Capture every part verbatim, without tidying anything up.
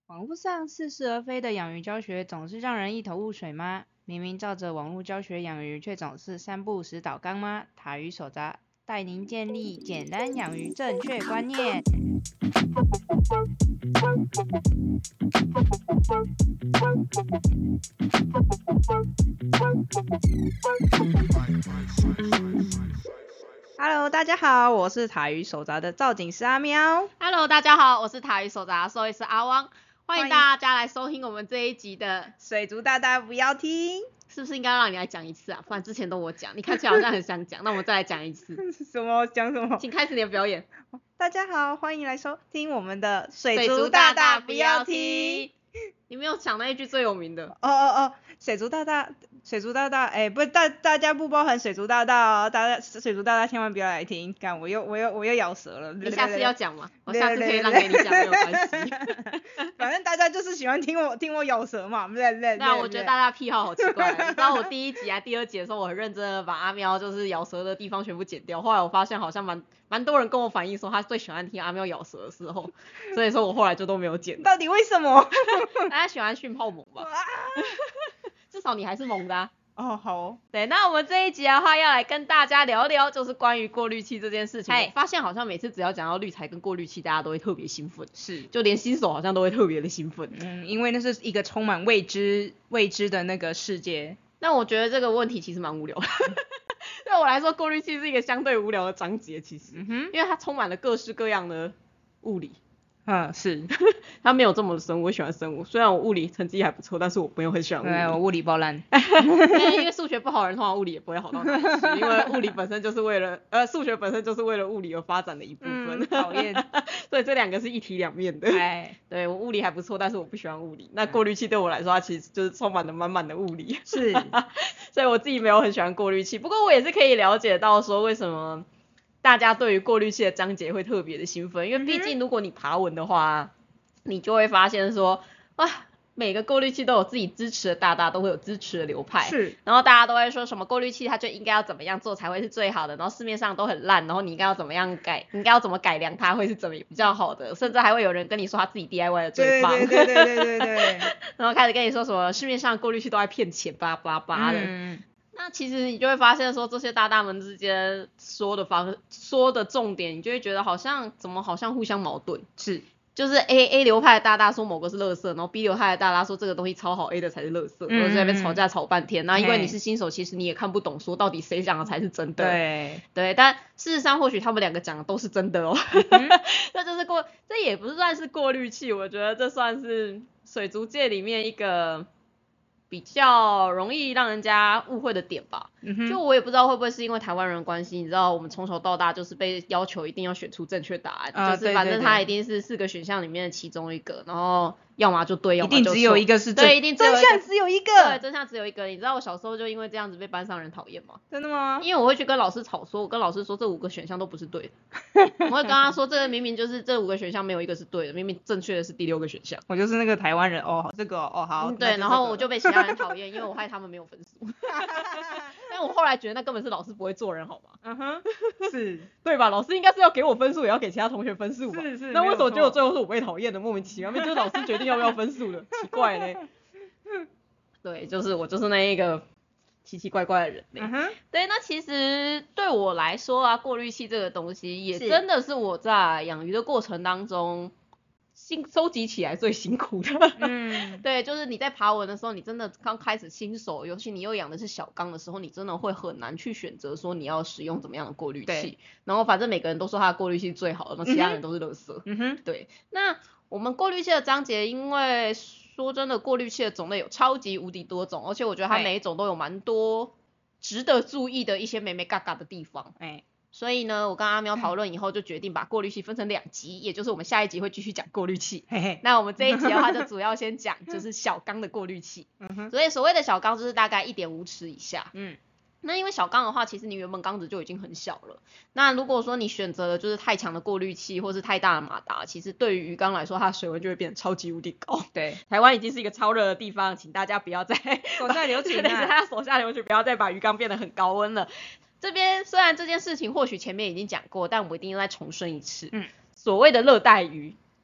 网络上似是而非的养鱼教学总是让人一头雾水吗？明明照着网络教学养鱼，却总是三不五时倒缸吗？塔鱼手札带您建立简单养鱼正确观念。Hello， 大家好，我是塔鱼手札的造景师阿喵。 Hello， 大家好，我是塔鱼手札兽医师阿汪，欢迎大家来收听我们这一集的水族大大不要听。 是不是应该让你来讲一次啊？不然之前都我讲，你看起来好像很想讲，那我们再来讲一次。 什么讲什么？ 请开始你的表演。 大家好，欢迎来收听我们的水族大大不要听。你没有讲那一句最有名的。 哦哦哦，水族大大，水族大大，哎，不是大大家不包含水族大大哦，大家水族大大千万不要来听，干我又我又我又咬舌了。 你下次要讲吗？我下次可以让给你讲，没有关系。 反正大家就是喜欢听我听我咬舌嘛，对对对。 对啊，我觉得大家癖好好奇怪。你知道我第一集啊、第二集的时候，我很认真的把阿喵就是咬舌的地方全部剪掉。后来我发现好像蛮蛮多人跟我反映说，他最喜欢听阿喵咬舌的时候，所以说我后来就都没有剪。 到底为什么？ 大家喜欢训泡萌吧？至少你还是萌的啊。 哦，好哦。 对，那我们这一集的话要来跟大家聊聊，就是关于过滤器这件事情。我发现好像每次只要讲到滤材跟过滤器，大家都会特别兴奋，是，就连新手好像都会特别的兴奋。 嗯，因为那是一个充满未知未知的那个世界。 那我觉得这个问题其实蛮无聊的。对我来说，过滤器是一个相对无聊的章节，其实，嗯哼，因为它充满了各式各样的物理。 嗯，是， 它没有这么深，我喜欢生物。虽然我物理成绩还不错，但是我没有很喜欢物理。 对，我物理爆烂。 因为数学不好的人，通常物理也不会好到哪里去，因为物理本身就是为了，呃，数学本身就是为了物理而发展的一部分。 嗯、讨厌。 所以这两个是一体两面的。哎，对我物理还不错，但是我不喜欢物理。那过滤器对我来说，它其实就是充满了满满的物理。 是。 所以我自己没有很喜欢过滤器，不过我也是可以了解到说为什么大家对于过滤器的章节会特别的兴奋，因为毕竟如果你爬文的话，你就会发现说，哇，每个过滤器都有自己支持的大大，都会有支持的流派， 是， 然后大家都会说什么过滤器它就应该要怎么样做才会是最好的，然后市面上都很烂，然后你应该要怎么样改，你应该要怎么改良它会是怎么比较好的，甚至还会有人跟你说他自己 D I Y 的最棒， 对对对对对对对， 然后开始跟你说什么市面上的过滤器都在骗钱，巴拉巴拉巴拉的。嗯，那其实你就会发现说这些大大们之间说的方说的重点，你就会觉得好像怎么好像互相矛盾， 是， 就是 A A 流派的大大说某个是垃圾，然后 B 流派的大大说这个东西超好 A 的才是垃圾，嗯、然后在那边吵架吵半天。那因为你是新手，其实你也看不懂说到底谁讲的才是真的。 对对，但事实上或许他们两个讲的都是真的哦。嗯、这就是过，这也不算是过滤器，我觉得这算是水族界里面一个比较容易让人家误会的点吧。嗯、就我也不知道会不会是因为台湾人的关系，你知道我们从小到大就是被要求一定要选出正确答案，呃、就是反正它一定是四个选项里面的其中一个，然后要么就对，要么就错， 一定只有一个是正， 对，一定只有一个， 真相只有一个， 对，真相只有一个。你知道我小时候就因为这样子被班上人讨厌吗？ 真的吗？ 因为我会去跟老师吵说，我跟老师说这五个选项都不是对的，我会跟他说这个明明就是这五个选项没有一个是对的，明明正确的是第六个选项。 我就是那个台湾人哦，这个哦好， 嗯、对，然后我就被其他人讨厌，因为我害他们没有分数。但我后来觉得那根本是老师不会做人好吗？ 嗯哼，是， 对吧？老师应该是要给我分数，也要给其他同学分数吧？ 是是。 那为什么结果最后是我被讨厌的？莫名其妙，那就是老师决定要不要分数的，奇怪嘞。对，就是我就是那一个奇奇怪怪的人类。嗯哼。对，那其实对我来说啊，过滤器这个东西也真的是我在养鱼的过程当中新收集起来最辛苦的。嗯，对，就是你在爬文的时候，你真的刚开始新手，尤其你又养的是小缸的时候，你真的会很难去选择说你要使用怎么样的过滤器。然后反正每个人都说他的过滤器最好的，那其他人都是垃圾。嗯哼，对。那我们过滤器的章节，因为说真的，过滤器的种类有超级无敌多种，而且我觉得它每一种都有蛮多值得注意的一些眉眉角角的地方。哎。所以呢，我跟阿喵讨论以后，就决定把过滤器分成两集，也就是我们下一集会继续讲过滤器。嘿嘿，那我们这一集的话，就主要先讲就是小缸的过滤器。嗯哼，所以所谓的小缸就是大概一点五尺以下。嗯，那因为小缸的话，其实你原本缸子就已经很小了。那如果说你选择的就是太强的过滤器，或是太大的马达，其实对于鱼缸来说，它的水温就会变得超级无敌高。对，台湾已经是一个超热的地方，请大家不要再手下留情啊！大家手下留情，不要再把鱼缸变得很高温了。这边虽然这件事情或许前面已经讲过，但我一定要再重申一次。嗯，所谓的热带鱼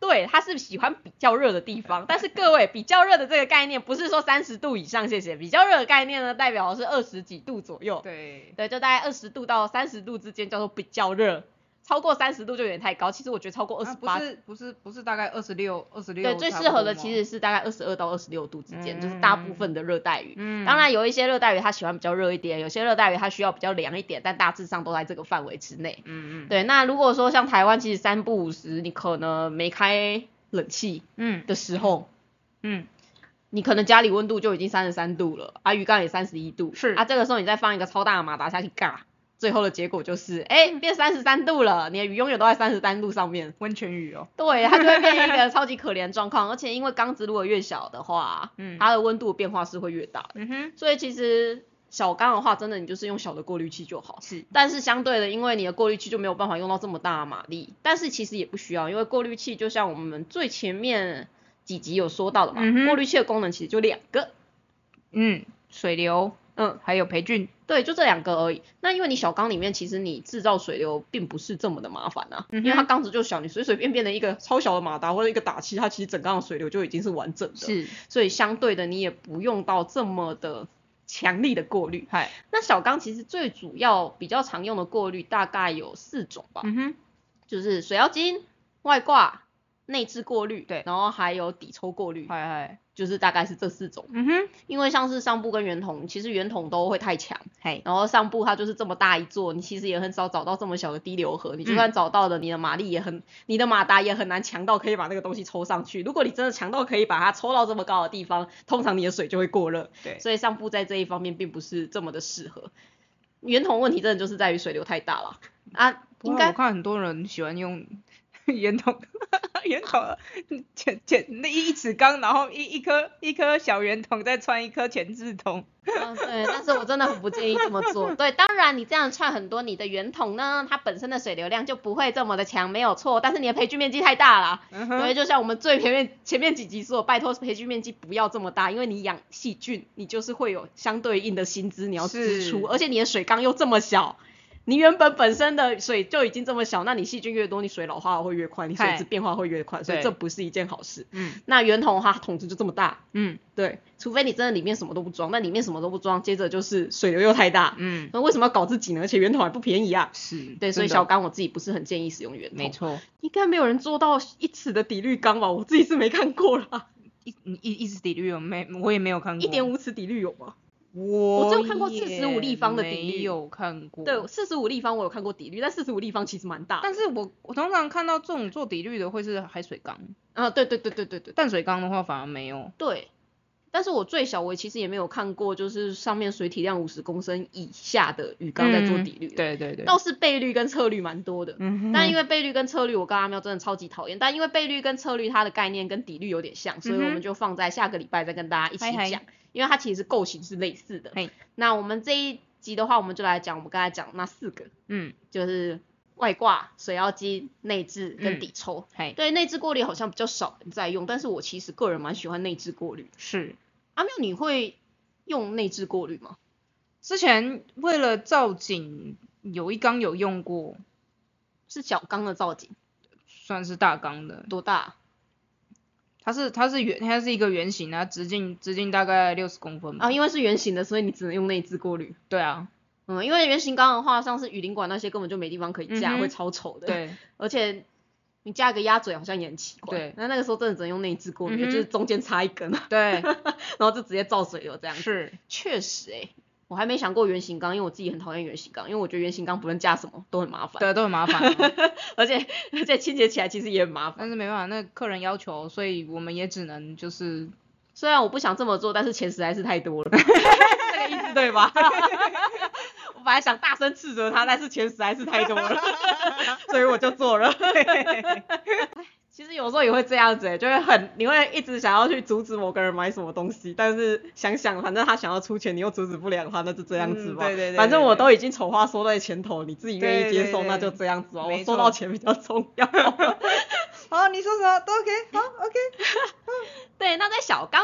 对，它是喜欢比较热的地方，但是各位比较热的这个概念不是说三十度以上，谢谢。比较热的概念呢，代表的是二十几度左右。 对对，就大概二十度到三十度之间叫做比较热。超过三十度就有点太高，其实我觉得超过二十八， 不是不是不是大概二十六二十六， 对，最适合的其实是大概二十二到二十六度之间，嗯、就是大部分的热带鱼。嗯，当然有一些热带鱼它喜欢比较热一点，有些热带鱼它需要比较凉一点，但大致上都在这个范围之内。嗯嗯，对，那如果说像台湾，其实三不五时你可能没开冷气，嗯的时候，嗯。你可能家里温度就已经三十三度了，啊鱼缸也三十一度，是啊，这个时候你再放一个超大的马达下去尬。最后的结果就是，哎、欸，变三十三度了，你的鱼永远都在三十三度上面， 温泉鱼哦。 对，它就会变一个超级可怜的状况，而且因为缸子如果越小的话，嗯，它的温度变化是会越大的。嗯哼，所以其实小缸的话，真的你就是用小的过滤器就好。是，但是相对的，因为你的过滤器就没有办法用到这么大的马力，但是其实也不需要，因为过滤器就像我们最前面几集有说到的嘛，嗯、过滤器的功能其实就两个， 嗯，水流。嗯，还有培菌， 对，就这两个而已。那因为你小缸里面，其实你制造水流并不是这么的麻烦啊，嗯、因为它缸子就小，你随随便便的一个超小的马达或者一个打气，它其实整缸的水流就已经是完整的。是，所以相对的你也不用到这么的强力的过滤。嗨，那小缸其实最主要比较常用的过滤大概有四种吧，嗯哼，就是水妖精、外挂、内置过滤，对，然后还有底抽过滤。嗨嗨。就是大概是这四种，嗯哼，因为像是上部跟圆筒，其实圆筒都会太强，嘿，然后上部它就是这么大一座，你其实也很少找到这么小的滴流盒，你就算找到了，你的马力也很，你的马达也很难强到可以把那个东西抽上去。如果你真的强到可以把它抽到这么高的地方，通常你的水就会过热，对，所以上部在这一方面并不是这么的适合。圆筒问题真的就是在于水流太大了啊， 应该我看很多人喜欢用圆筒。圆筒前前那一尺缸，然后一一颗一颗小圆筒再穿一颗前置筒。 嗯，对，但是我真的很不建议这么做。对，当然你这样串很多，你的圆筒呢，它本身的水流量就不会这么的强，没有错。但是你的培菌面积太大了，嗯、对，就像我们最前面前面几集说，拜托培菌面积不要这么大，因为你养细菌，你就是会有相对应的薪资你要支出，而且你的水缸又这么小。你原本本身的水就已经这么小，那你细菌越多，你水老化会越快，你水质变化会越快，所以这不是一件好事。嗯，那圆筒的话，筒子就这么大。嗯，对，除非你真的里面什么都不装，那里面什么都不装，接着就是水流又太大。嗯，那为什么要搞自己呢？而且圆筒还不便宜啊。是，对，所以小缸我自己不是很建议使用圆筒。 没错， 应该没有人做到一尺的底滤缸吧？我自己是没看过啦。 一一一尺底滤有没？我也没有看过。 一点五尺底滤有吗？ 我只有看过四十五立方的底滤， 没有看过。 对，四十五立方我有看过底滤，但四十五立方其实蛮大。 但是我我通常看到这种做底滤的会是海水缸。 啊，对对对对对对。 淡水缸的话反而没有。 对，但是我最小我其实也没有看过，就是上面水体量五十公升以下的鱼缸在做底滤、嗯。 对对对。 倒是倍率跟侧滤蛮多的，嗯、但因为倍率跟侧滤我跟阿喵真的超级讨厌，但因为倍率跟侧滤它的概念跟底滤有点像，所以我们就放在下个礼拜再跟大家一起讲。嗨嗨，因为它其实构型是类似的。嘿，那我们这一集的话，我们就来讲我们刚才讲那四个，嗯，就是外挂、水妖精、内置跟底抽。嗯、对，内置过滤好像比较少人在用，但是我其实个人蛮喜欢内置过滤。是，阿喵你会用内置过滤吗？ 之前为了造景，有一缸有用过， 是小缸的造景， 算是大缸的。 多大？ 它是它是圆，它是一个圆形啊，直径直径大概六十公分啊，因为是圆形的，所以你只能用内置过滤。 对啊， 嗯，因为圆形缸的话，像是雨林管那些根本就没地方可以架，嗯、会超丑的。对，而且你架一个鸭嘴好像也很奇怪。对，那那个时候真的只能用内置过滤，嗯、就是中间插一根。对，然后就直接造水流这样子。是，确实哎、欸。我还没想过圆形缸，因为我自己很讨厌圆形缸，因为我觉得圆形缸不论架什么都很麻烦。 对，都很麻烦、啊， 而且而且清洁起来其实也很麻烦。 但是没办法，那客人要求，所以我们也只能就是， 虽然我不想这么做，但是钱实在是太多了，这个意思对吧？我本来想大声斥责他，但是钱实在是太多了，所以我就做了。其实有时候也会这样子、欸，就会很，你会一直想要去阻止某个人买什么东西，但是想想，反正他想要出钱，你又阻止不了的话，那就这样子吧。嗯、对, 对, 对, 对，反正我都已经丑话说在前头，你自己愿意接受，对对对，那就这样子吧。我收到钱比较重要。 好，你说什么都 OK， 好 OK。 对，那在小缸的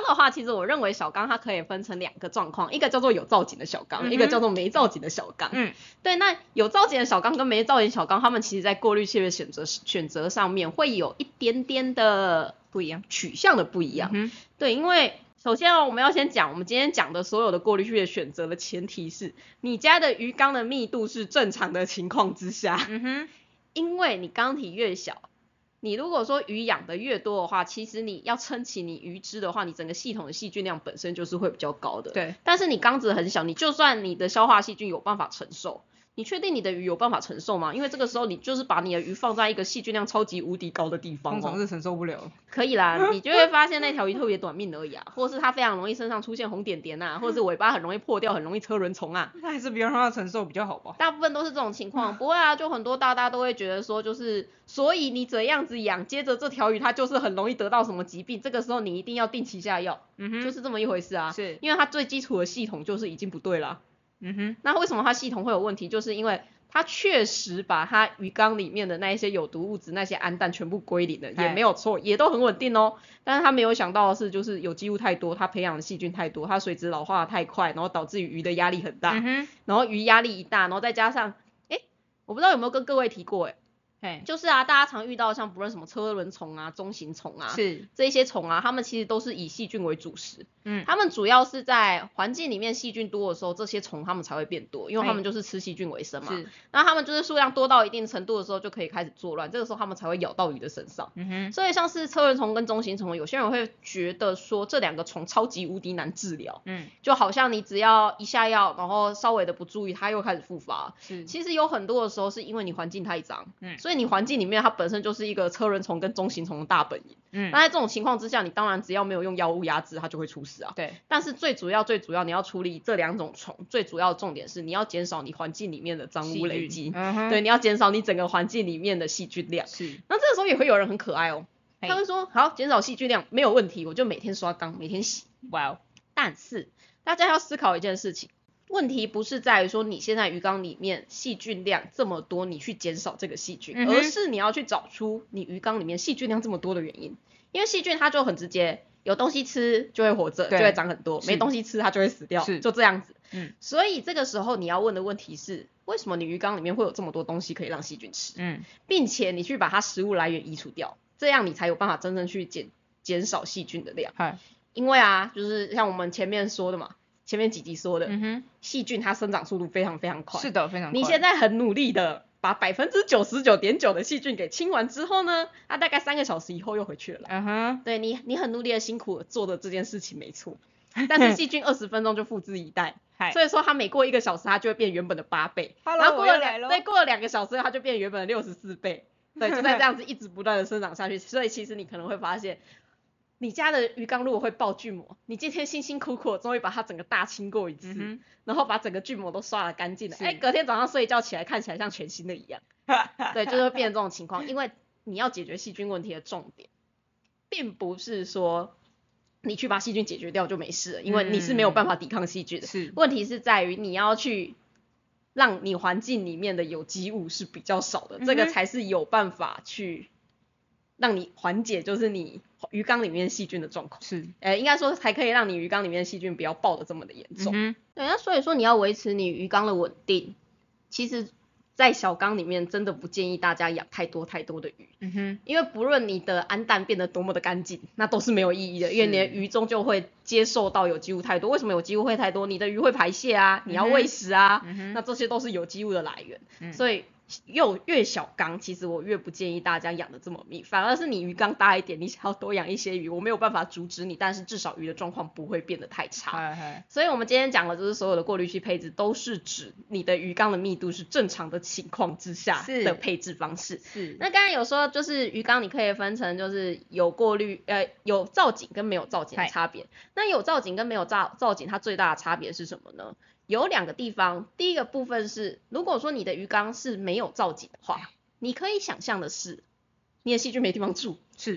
的话，其实我认为小缸它可以分成两个状况，一个叫做有造景的小缸， 嗯、 一个叫做没造景的小缸。 嗯， 对，那有造景的小缸跟没造景小缸，它们其实在过滤器的选择选择上面会有一点点的不一样， 取向的不一样。 嗯、 对，因为首先我们要先讲，我们今天讲的所有的过滤器的选择的前提是，你家的鱼缸的密度是正常的情况之下。 嗯哼， 因为你缸体越小，你如果说鱼养的越多的话，其实你要撑起你鱼只的话，你整个系统的细菌量本身就是会比较高的。 对。 但是你缸子很小，你就算你的消化细菌有办法承受，你确定你的鱼有办法承受吗？因为这个时候你就是把你的鱼放在一个细菌量超级无敌高的地方、哦， 通常是承受不了。 可以啦，你就会发现那条鱼特别短命而已啊，或是它非常容易身上出现红点点啊，或者是尾巴很容易破掉，很容易车轮虫啊。 那还是不要让它承受比较好吧。 大部分都是这种情况，不会啊，就很多大家都会觉得说，就是所以你怎样子养，接着这条鱼它就是很容易得到什么疾病，这个时候你一定要定期下药，嗯哼，就是这么一回事啊。 是， 因为它最基础的系统就是已经不对了。 嗯哼， 那为什么它系统会有问题？就是因为它确实把它鱼缸里面的那一些有毒物质、那些氨氮全部归零了，也没有错，也都很稳定哦。但是它没有想到的是，就是有机物太多，它培养的细菌太多，它水质老化的太快，然后导致于鱼的压力很大。嗯哼，然后鱼压力一大，然后再加上，哎，我不知道有没有跟各位提过，哎，就是啊，大家常遇到像不论什么车轮虫啊、中型虫啊， 是这一些虫啊，它们其实都是以细菌为主食。 嗯， 它们主要是在环境里面细菌多的时候，这些虫它们才会变多，因为它们就是吃细菌为生嘛。是，那它们就是数量多到一定程度的时候，就可以开始作乱，这个时候它们才会咬到鱼的身上。嗯哼，所以像是车轮虫跟中型虫，有些人会觉得说这两个虫超级无敌难治疗。嗯，就好像你只要一下药，然后稍微的不注意，它又开始复发。是，其实有很多的时候是因为你环境太脏。嗯，所以你环境里面它本身就是一个车轮虫跟中型虫的大本营。嗯，那在这种情况之下，你当然只要没有用药物压制，它就会出事啊。对，但是最主要最主要你要处理这两种虫，最主要的重点是你要减少你环境里面的脏污累积。嗯，对，你要减少你整个环境里面的细菌量。是，那这个时候也会有人很可爱哦，他会说好，减少细菌量没有问题，我就每天刷缸，每天洗。哇哦，但是大家要思考一件事情。问题不是在于说你现在鱼缸里面细菌量这么多，你去减少这个细菌，嗯、而是你要去找出你鱼缸里面细菌量这么多的原因。因为细菌它就很直接，有东西吃就会活着，就会长很多；没东西吃它就会死掉，就这样子。嗯，所以这个时候你要问的问题是，为什么你鱼缸里面会有这么多东西可以让细菌吃？嗯，并且你去把它食物来源移除掉，这样你才有办法真正去减减少细菌的量。因为啊，就是像我们前面说的嘛。前面几集说的，嗯哼，细菌它生长速度非常非常快， 是的，非常快。 你现在很努力的把百分之九十九点九的细菌给清完之后呢，它、啊、大概三个小时以后又回去了。嗯哼，对你，你很努力的辛苦做的这件事情没错，但是细菌二十分钟就复制一代，所以说它每过一个小时，它就会变原本的八倍，然后过了两，对，过了两个小时，它就变原本的六十四倍，对，就在这样子一直不断的生长下去。所以其实你可能会发现。你家的鱼缸如果会爆菌膜，你今天辛辛苦苦终于把它整个大清过一次，嗯、然后把整个菌膜都刷了干净了，哎，隔天早上睡一觉起来看起来像全新的一样，对，就会变成这种情况。因为你要解决细菌问题的重点，并不是说你去把细菌解决掉就没事了，因为你是没有办法抵抗细菌的。是，问题是在于你要去让你环境里面的有机物是比较少的，嗯、这个才是有办法去让你缓解，就是你鱼缸里面细菌的状况。是，呃，应该说才可以让你鱼缸里面的细菌不要爆得这么的严重。嗯、对，那所以说你要维持你鱼缸的稳定，其实在小缸里面真的不建议大家养太多太多的鱼。嗯哼，因为不论你的氨氮变得多么的干净，那都是没有意义的，因为你的鱼终究会接受到有机物太多。为什么有机物会太多？你的鱼会排泄啊，你要喂食啊，嗯、那这些都是有机物的来源。嗯、所以又越小缸，其实我越不建议大家养的这么密，反而是你鱼缸大一点，你想要多养一些鱼，我没有办法阻止你，但是至少鱼的状况不会变得太差。嘿嘿，所以我们今天讲的就是所有的过滤器配置都是指你的鱼缸的密度是正常的情况之下的配置方式。是，那刚才有说就是鱼缸你可以分成就是有过滤呃有造景跟没有造景的差别。那有造景跟没有造造景它最大的差别是什么呢？有两个地方，第一个部分是，如果说你的鱼缸是没有造景的话，你可以想象的是，你的细菌没地方住，是，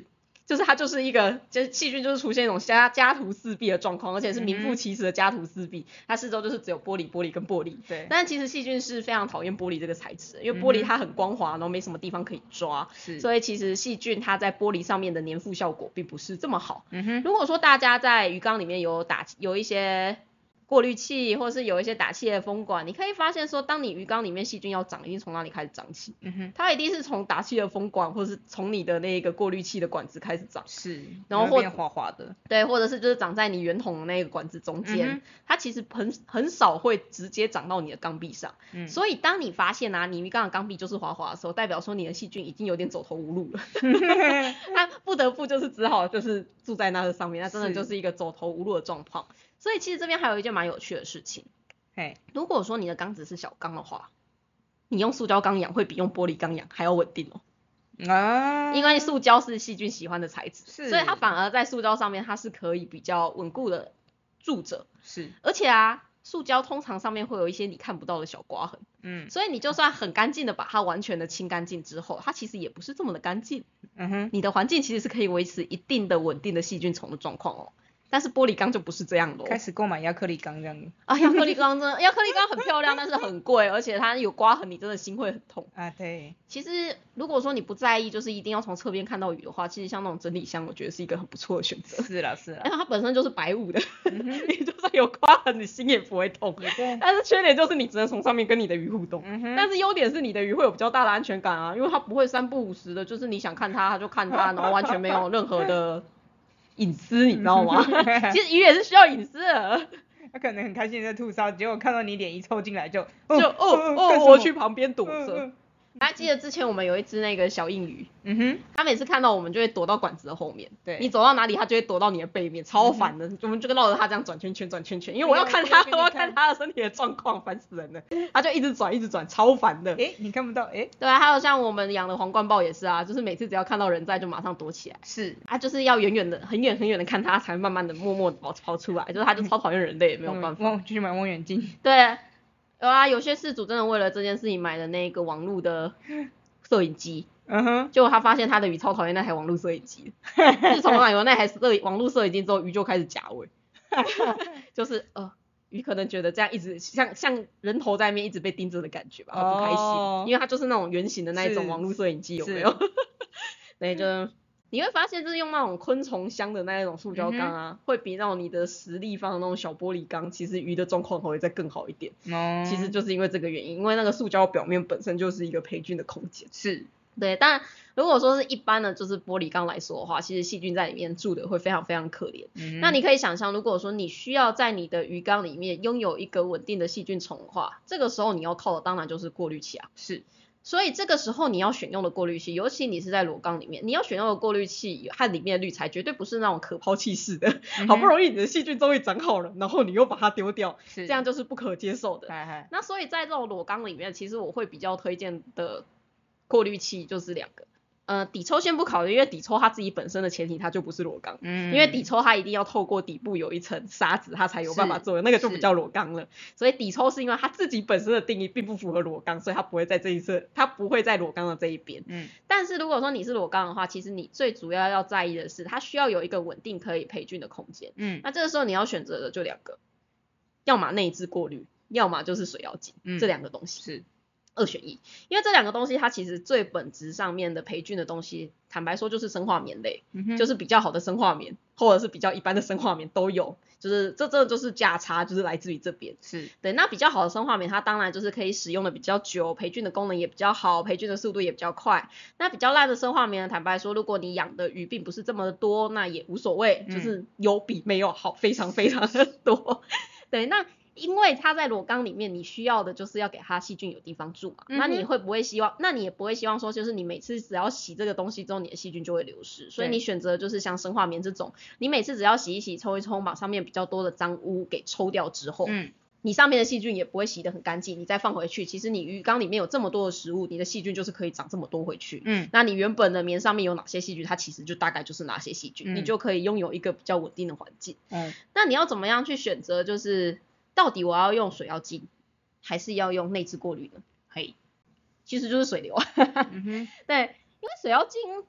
就是它就是一个，就是细菌就是出现一种家家徒四壁的状况，而且是名副其实的家徒四壁，它四周就是只有玻璃、玻璃跟玻璃。 对。 但其实细菌是非常讨厌玻璃这个材质，因为玻璃它很光滑，然后没什么地方可以抓， 是。 所以其实细菌它在玻璃上面的粘附效果并不是这么好。 嗯哼。 如果说大家在鱼缸里面有打有一些过滤器，或是有一些打气的风管，你可以发现说，当你鱼缸里面细菌要长，一定从哪里开始长起？嗯哼，它一定是从打气的风管，或是从你的那个过滤器的管子开始长。 是， 然后或变滑滑的。 对，或者是就是长在你圆筒的那个管子中间，嗯、它其实很很少会直接长到你的缸壁上。嗯，所以当你发现啊，你鱼缸的缸壁就是滑滑的时候，代表说你的细菌已经有点走投无路了。它不得不就是只好就是住在那个上面，那真的就是一个走投无路的状况。所以其实这边还有一件蛮有趣的事情，嘿，如果说你的缸子是小缸的话，你用塑胶缸养会比用玻璃缸养还要稳定哦。啊，因为塑胶是细菌喜欢的材质，所以它反而在塑胶上面它是可以比较稳固的住着。是，而且啊，塑胶通常上面会有一些你看不到的小刮痕，嗯，所以你就算很干净的把它完全的清干净之后，它其实也不是这么的干净。嗯哼，你的环境其实是可以维持一定的稳定的细菌丛的状况哦。但是玻璃缸就不是这样的、哦、 开始购买亚克力缸这样啊，亚克力缸真的，亚克力缸很漂亮，但是很贵，而且它有刮痕，你真的心会很痛啊。对， 其实如果说你不在意，就是一定要从侧边看到鱼的话，其实像那种整理箱，我觉得是一个很不错的选择。 是啦是啦， 因为它本身就是白雾的，嗯、你就算有刮痕，你心也不会痛。对，但是缺点就是你只能从上面跟你的鱼互动。嗯、但是优点是你的鱼会有比较大的安全感啊，因为它不会三不五时的，就是你想看它，它就看它，然后完全没有任何的隐私，你知道吗？其实鱼也是需要隐私的。 他可能很开心在吐槽，结果看到你脸一凑进来就就哦哦，哦我去旁边躲着。嗯还记得之前我们有一只那个小硬鱼，嗯哼，它每次看到我们就会躲到管子的后面，对，你走到哪里它就会躲到你的背面，超烦的，嗯、我们就绕着它这样转圈圈转圈圈，因为我要看它，我要看它的身体的状况，烦死人了，它就一直转一直转，超烦的。 诶，你看不到，诶， 对啊，还有像我们养的皇冠豹也是啊，就是每次只要看到人在就马上躲起来，是，啊，就是要远远的、很远很远的看它，才慢慢的、默默的跑跑出来，就是它就超讨厌人类，没有办法， 继续买望远镜。 对。有啊，有些事主真的为了这件事情买了那个网路的摄影机，嗯哼，结果他发现他的鱼超讨厌那台网路摄影机，自从买了那台摄网路摄影机之后，鱼就开始夹尾，就是呃，鱼可能觉得这样一直像像人头在那边一直被盯着的感觉吧，他不开心，哦、因为它就是那种圆形的那一种网路摄影机，有没有？对，就。你会发现，就是用那种昆虫箱的那一种塑胶缸啊，嗯、会比那种你的实力放的那种小玻璃缸，其实鱼的状况会再更好一点。哦，其实就是因为这个原因，因为那个塑胶表面本身就是一个培菌的空间。是，对。但如果说是一般的，就是玻璃缸来说的话，其实细菌在里面住的会非常非常可怜。嗯、那你可以想象，如果说你需要在你的鱼缸里面拥有一个稳定的细菌丛的话，这个时候你要靠的当然就是过滤器啊。是。所以这个时候你要选用的过滤器，尤其你是在裸缸里面，你要选用的过滤器和里面的滤材绝对不是那种可抛弃式的，嗯、好不容易你的细菌终于长好了，然后你又把它丢掉，这样就是不可接受的。嘿嘿那所以在这种裸缸里面，其实我会比较推荐的过滤器就是两个。呃，底抽先不考虑，因为底抽它自己本身的前提它就不是裸缸，嗯，因为底抽它一定要透过底部有一层沙子，它才有办法做的，那个就不叫裸缸了。所以底抽是因为它自己本身的定义并不符合裸缸，所以它不会在这一侧，它不会在裸缸的这一边。嗯，但是如果说你是裸缸的话，其实你最主要要在意的是它需要有一个稳定可以培菌的空间。嗯，那这个时候你要选择的就两个，要么内置过滤，要么就是水妖精，嗯、这两个东西是。二选一，因为这两个东西它其实最本质上面的培菌的东西，坦白说就是生化棉类，嗯、就是比较好的生化棉，或者是比较一般的生化棉都有，就是这这就是价差，就是来自于这边。是对，那比较好的生化棉，它当然就是可以使用的比较久，培菌的功能也比较好，培菌的速度也比较快。那比较烂的生化棉，坦白说，如果你养的鱼并不是这么的多，那也无所谓，嗯、就是有比没有好，非常非常的多。对，那。因为它在裸缸里面，你需要的就是要给它细菌有地方住嘛，嗯、那你会不会希望？那你也不会希望说，就是你每次只要洗这个东西之后，你的细菌就会流失，所以你选择就是像生化棉这种，你每次只要洗一洗、冲一冲，把上面比较多的脏污给抽掉之后，嗯，你上面的细菌也不会洗得很干净，你再放回去，其实你鱼缸里面有这么多的食物，你的细菌就是可以长这么多回去，嗯，那你原本的棉上面有哪些细菌，它其实就大概就是哪些细菌，嗯、你就可以拥有一个比较稳定的环境，嗯，那你要怎么样去选择就是？到底我要用水妖精，还是要用内置过滤呢？嘿，其实就是水流。嗯哼，对，因为水妖精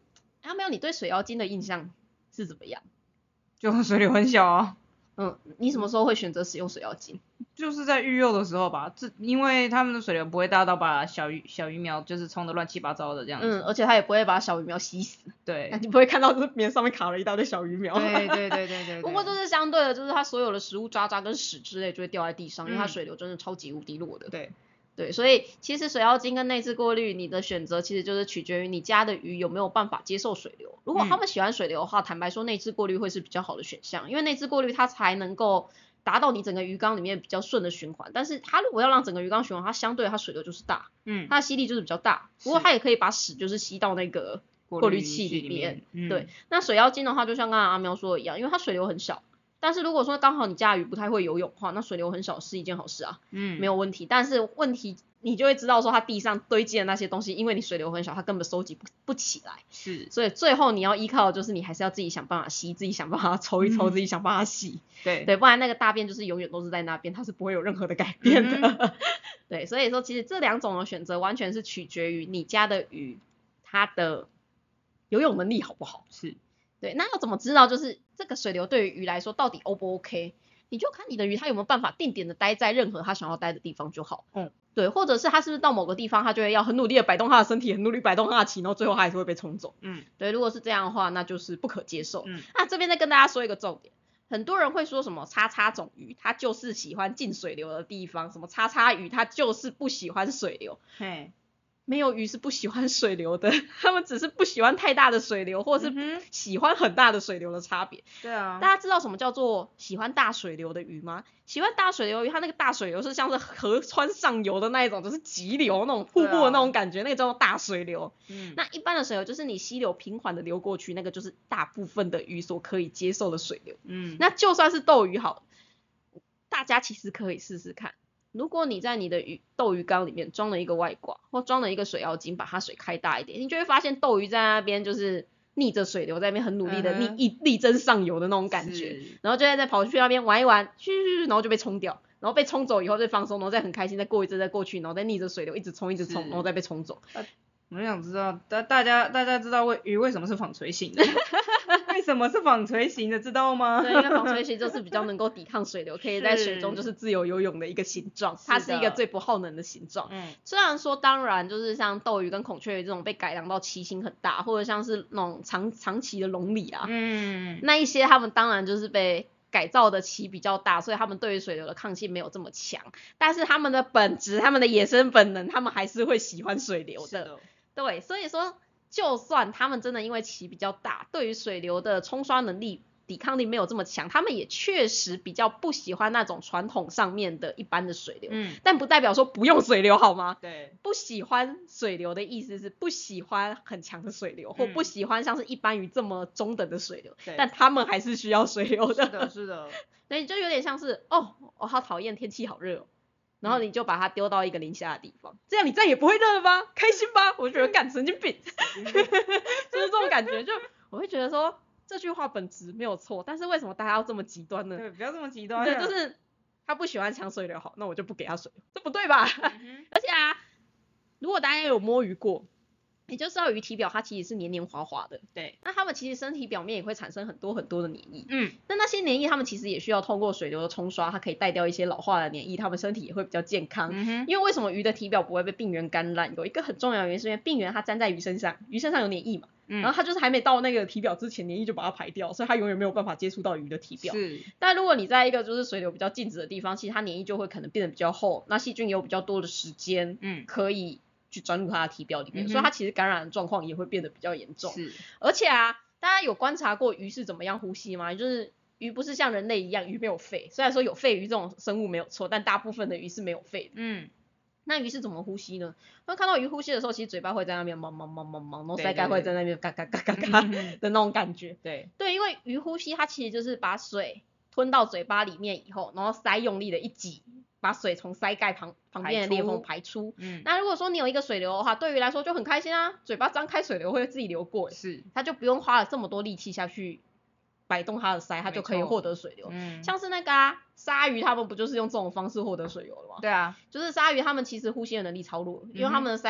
阿喵，你对水妖精的印象是怎么样？ 就水流很小啊。 嗯，你什么时候会选择使用水妖精？ 就是在育幼的时候吧，这因为他们的水流不会大到把小鱼小鱼苗就是冲得乱七八糟的这样子。 嗯，而且它也不会把小鱼苗吸死。 对， 你不会看到这边上面卡了一大堆小鱼苗。 对对对对对。 不过这是相对的，就是它所有的食物渣渣跟屎之类就会掉在地上，嗯、因为它水流真的超级无敌弱的。 对。 对，所以其实水妖精跟内置过滤，你的选择其实就是取决于你家的鱼有没有办法接受水流。如果他们喜欢水流的话，嗯、坦白说内置过滤会是比较好的选项，因为内置过滤它才能够达到你整个鱼缸里面比较顺的循环。但是它如果要让整个鱼缸循环，它相对它水流就是大，嗯，它的吸力就是比较大。不过它也可以把屎就是吸到那个过滤器里面。嗯、对，那水妖精的话，就像刚才阿喵说的一样，因为它水流很小。但是如果说刚好你家鱼不太会游泳的话，那水流很小是一件好事啊，嗯，没有问题。但是问题你就会知道说它地上堆积的那些东西，因为你水流很小，它根本收集不不起来，是，所以最后你要依靠的就是你还是要自己想办法吸，自己想办法抽一抽，嗯、自己想办法洗，对对，不然那个大便就是永远都是在那边，它是不会有任何的改变的，嗯、对，所以说其实这两种的选择完全是取决于你家的鱼它的游泳能力好不好，是。对，那要怎么知道就是这个水流对于鱼来说到底 O 不 OK？ 你就看你的鱼它有没有办法定点的待在任何它想要待的地方就好。嗯，对，或者是它是不是到某个地方它就会要很努力的摆动它的身体，很努力摆动它的鳍，然后最后它还是会被冲走。嗯，对，如果是这样的话，那就是不可接受。嗯，那这边再跟大家说一个重点，很多人会说什么叉叉种鱼它就是喜欢进水流的地方，什么叉叉鱼它就是不喜欢水流。嘿。没有鱼是不喜欢水流的，他们只是不喜欢太大的水流，或是喜欢很大的水流的差别。对啊。大家知道什么叫做喜欢大水流的鱼吗？喜欢大水流鱼，它那个大水流是像是河川上游的那一种，就是急流那种瀑布的那种感觉，啊、那个叫做大水流。嗯。那一般的水流就是你溪流平缓的流过去，那个就是大部分的鱼所可以接受的水流。嗯。那就算是斗鱼好，大家其实可以试试看。如果你在你的鱼斗鱼缸里面装了一个外挂，或装了一个水妖精，把它水开大一点，你就会发现斗鱼在那边就是逆着水流在那边很努力的力力争上游的那种感觉，然后就在再跑去那边玩一玩，嘘，然后就被冲掉，然后被冲走以后再放松，然后再很开心再过一阵再过去，然后再逆着水流一直冲一直冲，然后再被冲走。我想知道大大家大家知道为鱼为什么是纺锤型的？为什么是纺锤型的，知道吗？对，因为纺锤型就是比较能够抵抗水流，可以在水中就是自由游泳的一个形状，它是一个最不耗能的形状。嗯，虽然说当然就是像斗鱼跟孔雀鱼这种被改良到鳍形很大，或者像是那种长长鳍的龙鲤啊，嗯，那一些他们当然就是被改造的鳍比较大，所以他们对于水流的抗性没有这么强，但是他们的本质，他们的野生本能，他们还是会喜欢水流的。的对，所以说就算他们真的因为鳍比较大，对于水流的冲刷能力抵抗力没有这么强，他们也确实比较不喜欢那种传统上面的一般的水流，嗯，但不代表说不用水流好吗？对，不喜欢水流的意思是不喜欢很强的水流，嗯、或不喜欢像是一般鱼这么中等的水流，但他们还是需要水流的。是的，是的。所以就有点像是哦，我好讨厌天气好热哦。然后你就把它丢到一个零下的地方，这样你再也不会热了吧？开心吧？我觉得干神经病，就是这种感觉，就我会觉得说这句话本质没有错，但是为什么大家要这么极端呢？对，不要这么极端。对，就是他不喜欢强水流，好，那我就不给他水，这不对吧？嗯、而且啊，如果大家有摸鱼过，你就知道鱼体表它其实是黏黏滑滑的，对，那它们其实身体表面也会产生很多很多的黏液，嗯，那那些黏液它们其实也需要通过水流的冲刷，它可以带掉一些老化的黏液，它们身体也会比较健康，嗯哼，因为为什么鱼的体表不会被病原感染？有一个很重要的原因是因为病原它粘在鱼身上，鱼身上有黏液嘛，嗯，然后它就是还没到那个体表之前，黏液就把它排掉，所以它永远没有办法接触到鱼的体表，是，但如果你在一个就是水流比较静止的地方，其实它黏液就会可能变得比较厚，那细菌也有比较多的时间，嗯，可以去钻入它的体表里面，嗯、所以它其实感染的状况也会变得比较严重。是，而且啊，大家有观察过鱼是怎么样呼吸吗？就是鱼不是像人类一样，鱼没有肺，虽然说有肺鱼这种生物没有错，但大部分的鱼是没有肺的。嗯，那鱼是怎么呼吸呢？那看到鱼呼吸的时候，其实嘴巴会在那边忙忙忙忙忙，然后腮盖会在那边嘎嘎嘎嘎嘎的那种感觉。对对，因为鱼呼吸它其实就是把水吞到嘴巴里面以后，然后腮用力的一挤，把水从腮盖旁旁边的裂缝排出。嗯，那如果说你有一个水流的话，对鱼来说就很开心啊，嘴巴张开水流会自己流过，是，它就不用花了这么多力气下去摆动它的鳃，它就可以获得水流。嗯，像是那个啊，鲨鱼它们不就是用这种方式获得水流了吗？对啊，就是鲨鱼它们其实呼吸的能力超弱，因为它们的鳃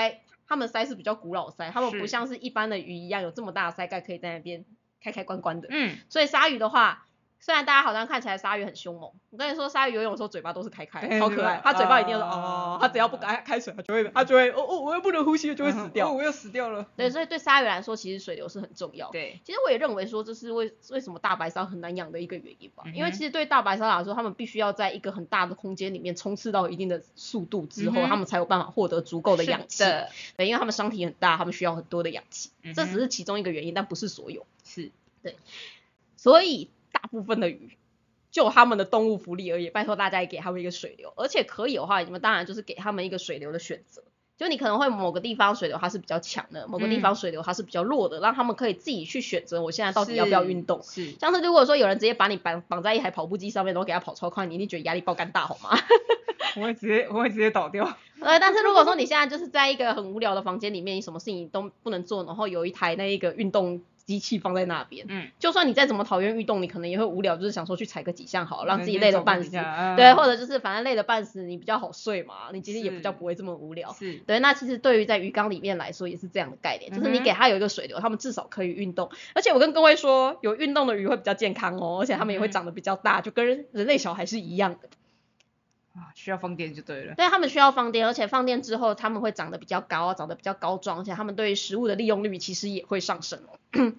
他们鳃是比较古老鳃，他们不像是一般的鱼一样有这么大的鳃盖可以在那边开开关关的。嗯，所以鲨鱼的话，虽然大家好像看起来鲨鱼很凶猛，我跟你说，鲨鱼游泳的时候嘴巴都是开开，超可爱。它嘴巴一定是哦，它只要不开开水，它就会它就会哦哦，我又不能呼吸，就会死掉。 哦，我又死掉了。 对，所以对鲨鱼来说，其实水流是很重要。 对， 其实我也认为说，这是为为什么大白鲨很难养的一个原因吧。因为其实对大白鲨来说，他们必须要在一个很大的空间里面冲刺到一定的速度之后，他们才有办法获得足够的氧气。对，因为他们身体很大，他们需要很多的氧气。这只是其中一个原因，但不是所有。 是， 对，所以大部分的鱼。就他们的动物福利而言，拜托大家也给他们一个水流，而且可以的话，你们当然就是给他们一个水流的选择。就你可能会某个地方水流它是比较强的，某个地方水流它是比较弱的，嗯、让他们可以自己去选择我现在到底要不要运动。是，是像是如果说有人直接把你绑绑在一台跑步机上面，然后给他跑超快，你一定觉得压力爆肝大，好吗？ 我会直接我会直接倒掉。 呃，但是如果说你现在就是在一个很无聊的房间里面，你什么事情都不能做，然后有一台那一个运动机器放在那边，嗯，就算你再怎么讨厌运动，你可能也会无聊，就是想说去踩个几项好，让自己累得半死，嗯、对，或者就是反正累得半死，你比较好睡嘛，你其实也比较不会这么无聊，是，对，那其实对于在鱼缸里面来说也是这样的概念，就是你给它有一个水流，它们至少可以运动，而且我跟各位说，有运动的鱼会比较健康哦，而且它们也会长得比较大，就跟人类小孩是一样的。 啊，需要放电就对了。 对，他们需要放电，而且放电之后他们会长得比较高，长得比较高壮，而且他们对食物的利用率其实也会上升哦。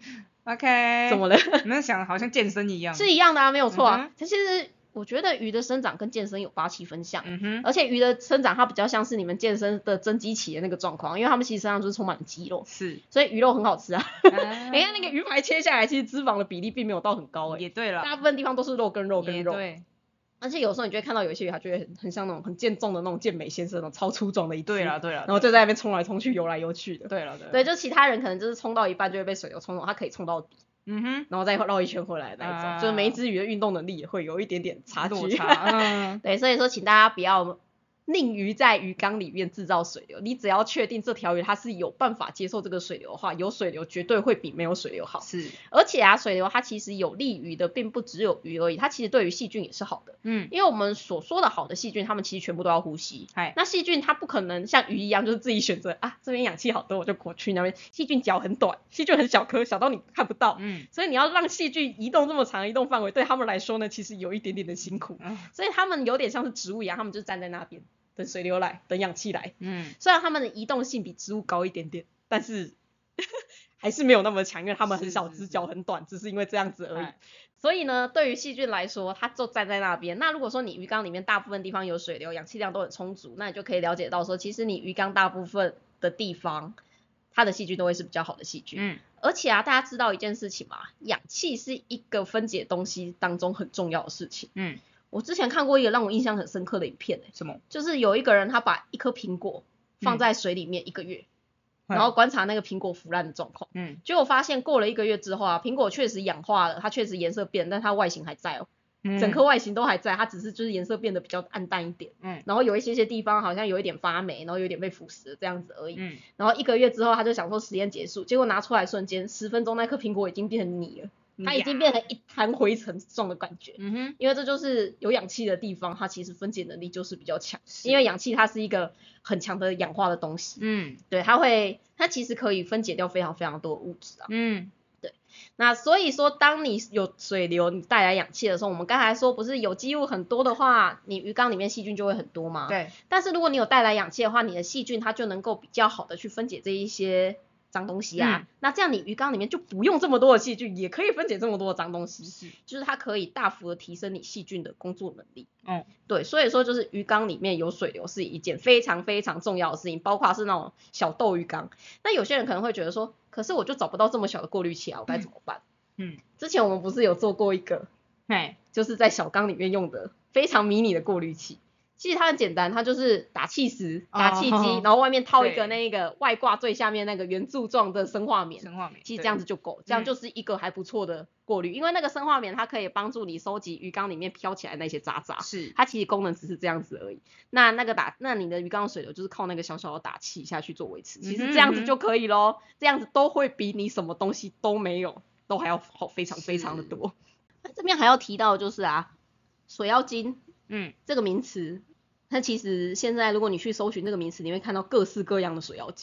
OK。 怎么了？ 你们想好像健身一样。 是一样的啊，没有错啊。嗯、其实我觉得鱼的生长跟健身有八七分像，嗯哼。而且鱼的生长它比较像是你们健身的增肌期的那个状况，因为他们其实身上就是充满了肌肉。是。所以鱼肉很好吃啊。啊你看那个鱼排切下来，其实脂肪的比例并没有到很高诶、欸。 也对了。 大部分地方都是肉跟肉跟肉。 对。 而且有时候你就会看到有一些鱼，它就会很很像那种很健壮的那种健美先生，那种超粗壮的一只。 对了对了。 然后就在那边冲来冲去，游来游去的。 对了对了。 对，就其他人可能就是冲到一半就会被水流冲走，他可以冲到底。嗯哼。然后再绕一圈回来那一种，啊、就是每一只鱼的运动能力也会有一点点差距。 差嗯、 对，所以说请大家不要宁于在鱼缸里面制造水流，你只要确定这条鱼它是有办法接受这个水流的话，有水流绝对会比没有水流好。是，而且啊，水流它其实有利于的并不只有鱼而已，它其实对于细菌也是好的。嗯，因为我们所说的好的细菌，它们其实全部都要呼吸。那细菌它不可能像鱼一样，就是自己选择啊，这边氧气好多我就过去那边。细菌脚很短，细菌很小颗，小到你看不到。嗯，所以你要让细菌移动这么长的移动范围，对他们来说呢，其实有一点点的辛苦。嗯，所以他们有点像是植物一样，他们就站在那边。等水流来，等氧气来。嗯，虽然它们的移动性比植物高一点点，但是还是没有那么强，因为它们很小只，脚很短，只是因为这样子而已。所以呢，对于细菌来说，它就站在那边。那如果说你鱼缸里面大部分地方有水流，氧气量都很充足，那你就可以了解到说，其实你鱼缸大部分的地方，它的细菌都会是比较好的细菌。嗯，而且啊，大家知道一件事情嘛，氧气是一个分解东西当中很重要的事情。嗯。我之前看过一个让我印象很深刻的影片、欸、 什么？ 就是有一个人他把一颗苹果放在水里面一个月、嗯、然后观察那个苹果腐烂的状况。嗯，结果发现过了一个月之后啊，苹果确实氧化了，它确实颜色变，但它外形还在哦。嗯、整颗外形都还在，它只是就是颜色变得比较暗淡一点。嗯，然后有一些些地方好像有一点发霉，然后有点被腐蚀这样子而已。嗯，然后一个月之后他就想说实验结束，结果拿出来瞬间十分钟那颗苹果已经变成泥了。它已经变成一滩灰尘状的感觉。嗯哼，因为这就是有氧气的地方，它其实分解能力就是比较强，因为氧气它是一个很强的氧化的东西。嗯，对，它会它其实可以分解掉非常非常多的物质啊。嗯，对，那所以说当你有水流你带来氧气的时候，我们刚才说不是有机物很多的话，你鱼缸里面细菌就会很多嘛。对，但是如果你有带来氧气的话，你的细菌它就能够比较好的去分解这一些脏东西啊、嗯、那这样你鱼缸里面就不用这么多的细菌，也可以分解这么多的脏东西，是就是它可以大幅的提升你细菌的工作能力。嗯，对，所以说就是鱼缸里面有水流是一件非常非常重要的事情，包括是那种小斗鱼缸。那有些人可能会觉得说，可是我就找不到这么小的过滤器啊，我该怎么办？嗯，之前我们不是有做过一个，嘿，就是在小缸里面用的非常迷你的过滤器。其实它很简单，它就是打气石、打气机， oh, 然后外面套一个那个外挂最下面那个圆柱状的生化棉，生化棉，其实这样子就够，这样就是一个还不错的过滤、嗯，因为那个生化棉它可以帮助你收集鱼缸里面飘起来那些渣渣，是，它其实功能只是这样子而已。那那个打，那你的鱼缸水流就是靠那个小小的打气下去做维持，其实这样子就可以咯，这样子都会比你什么东西都没有都还要好非常非常的多。那这边还要提到的就是啊，水妖精，嗯，这个名词。那其实现在如果你去搜寻这个名词，你会看到各式各样的水妖精。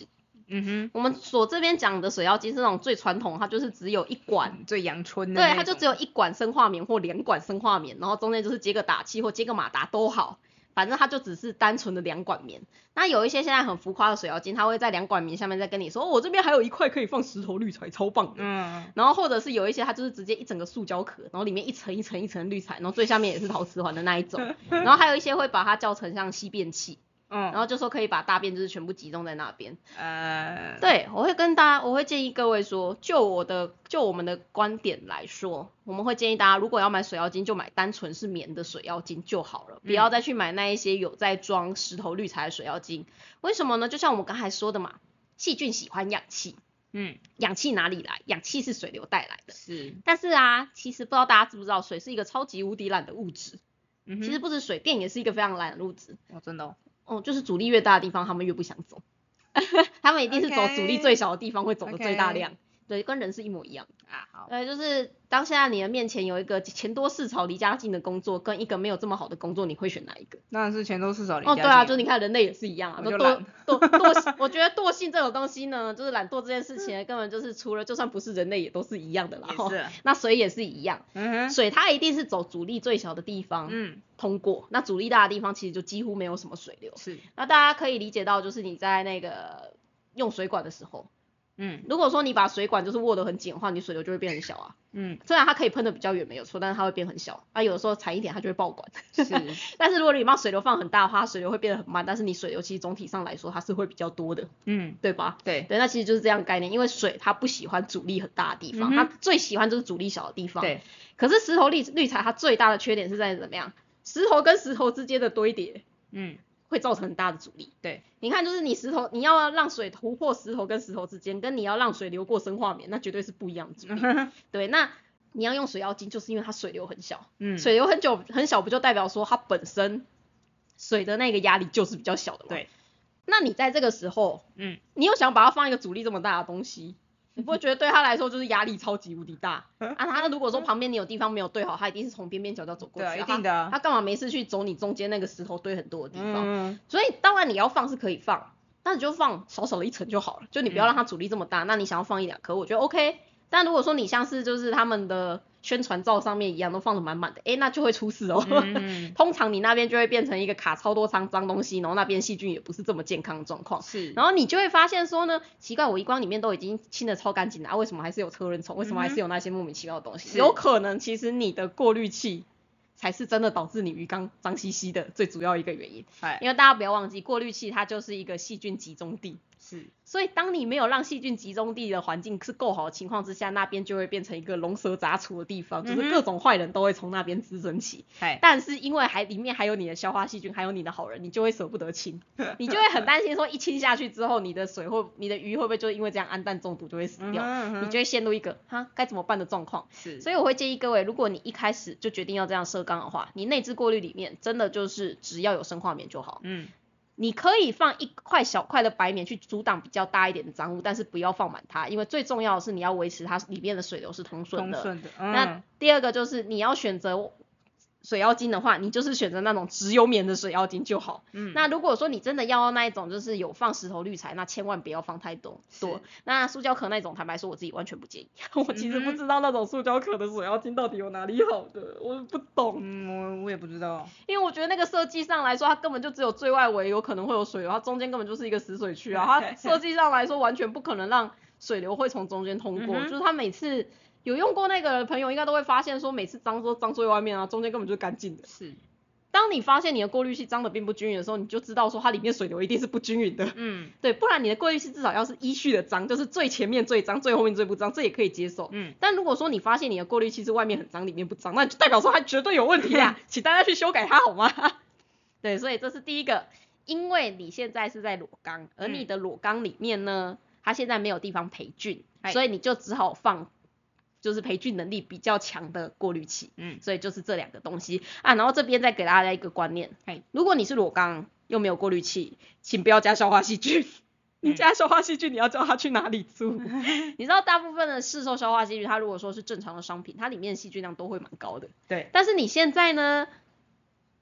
嗯哼，我们所这边讲的水妖精是那种最传统，它就是只有一管、 嗯、最阳春的那种， 对，它就只有一管生化棉或两管生化棉，然后中间就是接个打气或接个马达都好。反正它就只是单纯的两管棉。那有一些现在很浮夸的水妖精，它会在两管棉下面再跟你说，哦，我这边还有一块可以放石头滤材，超棒的。嗯。然后或者是有一些它就是直接一整个塑胶壳，然后里面一层一层一层滤材，然后最下面也是陶瓷环的那一种。然后还有一些会把它叫成像吸便器。嗯，然后就说可以把大便就是全部集中在那边。呃，对，我会跟大家，我会建议各位说，就我的就我们的观点来说，我们会建议大家，如果要买水妖精，就买单纯是棉的水妖精就好了，嗯、不要再去买那一些有在装石头滤材的水妖精。为什么呢？就像我们刚才说的嘛，细菌喜欢氧气。嗯，氧气哪里来？氧气是水流带来的。是。但是啊，其实不知道大家知不知道，水是一个超级无敌懒的物质。嗯、其实不止水，电也是一个非常懒的物质。 哦，真的哦。 哦，就是阻力越大的地方，他们越不想走。他们一定是走阻力最小的地方， okay, 会走的最大量。Okay. 对，跟人是一模一样的啊。好，对，就是当现在你的面前有一个钱多事少离家近的工作，跟一个没有这么好的工作，你会选哪一个？ 当然是钱多事少离家近。 哦，对啊，就你看人类也是一样啊， 我就惰惰惰，我觉得惰性这种东西呢，就是懒惰这件事情，根本就是除了就算不是人类也都是一样的啦。 也是、啊。 那水也是一样，嗯哼，水它一定是走阻力最小的地方，嗯，通过。那阻力大的地方其实就几乎没有什么水流。是。那大家可以理解到，就是你在那个用水管的时候。嗯，如果说你把水管就是握得很紧的话，你水流就会变很小啊。嗯，虽然它可以喷得比较远没有错，但是它会变很小。啊，有的时候踩一点它就会爆管。是，但是如果你把水流放很大的话，水流会变得很慢，但是你水流其实总体上来说它是会比较多的。嗯，对吧？对，对，那其实就是这样的概念，因为水它不喜欢阻力很大的地方，嗯、它最喜欢就是阻力小的地方。对，可是石头滤滤材它最大的缺点是在怎么样？石头跟石头之间的堆叠。嗯。会造成很大的阻力。对，你看，就是你石头，你要让水突破石头跟石头之间，跟你要让水流过生化棉，那绝对是不一样的阻力。对，那你要用水妖精，就是因为它水流很小。嗯，水流很久很小，不就代表说它本身水的那个压力就是比较小的吗？对。那你在这个时候，嗯，你又想把它放一个阻力这么大的东西，你不会觉得对他来说就是压力超级无敌大啊？他如果说旁边你有地方没有对好，他一定是从边边角角走过去。对， 一定的。 他干嘛没事去走你中间那个石头堆很多的地方？嗯。所以当然你要放是可以放，那你就放少少的一层就好了，就你不要让它阻力这么大。嗯、那你想要放一两颗，我觉得 OK。但如果说你像是就是他们的宣传照上面一样都放得满满的，诶，那就会出事哦。嗯、通常你那边就会变成一个卡超多脏脏东西，然后那边细菌也不是这么健康的状况。是。然后你就会发现说呢，奇怪，我一缸里面都已经清得超干净了，啊，为什么还是有车轮虫？为什么还是有那些莫名其妙的东西？有可能其实你的过滤器才是真的导致你鱼缸脏兮兮的最主要一个原因。因为大家不要忘记，过滤器它就是一个细菌集中地。是，所以当你没有让细菌集中地的环境是够好的情况之下，那边就会变成一个龙蛇杂处的地方，嗯、就是各种坏人都会从那边滋生起。但是因为还里面还有你的消化细菌，还有你的好人，你就会舍不得清，你就会很担心说一清下去之后，你的水会、你的鱼会不会就因为这样氨氮中毒就会死掉，嗯嗯、你就会陷入一个哈该怎么办的状况。是，所以我会建议各位，如果你一开始就决定要这样设缸的话，你内置过滤里面真的就是只要有生化棉就好。嗯。你可以放一块小块的白棉去阻挡比较大一点的脏物，但是不要放满它，因为最重要的是你要维持它里面的水流是通顺的。通顺的。嗯、那第二个就是你要选择水妖精的话，你就是选择那种只有棉的水妖精就好。嗯。那如果说你真的要那一种就是有放石头滤材，那千万不要放太多。多。那塑胶壳那种，坦白说我自己完全不建议。我其实不知道那种塑胶壳的水妖精到底有哪里好的，我不懂。 嗯，我我也不知道。 因为我觉得那个设计上来说，它根本就只有最外围有可能会有水流，它中间根本就是一个死水区啊。它设计上来说完全不可能让水流会从中间通过，嗯、就是它每次。有用过那个的朋友应该都会发现说每次脏都脏最外面啊，中间根本就是干净的。是，当你发现你的过滤器脏的并不均匀的时候，你就知道说它里面水流一定是不均匀的。嗯，对，不然你的过滤器至少要是依序的脏，就是最前面最脏，最后面最不脏，这也可以接受。嗯，但如果说你发现你的过滤器是外面很脏，里面不脏，那就代表说它绝对有问题啊，请大家去修改它好吗？对，所以这是第一个，因为你现在是在裸缸，而你的裸缸里面呢，它现在没有地方培菌，所以你就只好放。就是培菌能力比较强的过滤器，嗯，所以就是这两个东西啊。然后这边再给大家一个观念，如果你是裸缸又没有过滤器，请不要加消化细菌。你加消化细菌，你要叫它去哪里住？你知道大部分的市售消化细菌，它如果说是正常的商品，它里面的细菌量都会蛮高的。对。但是你现在呢，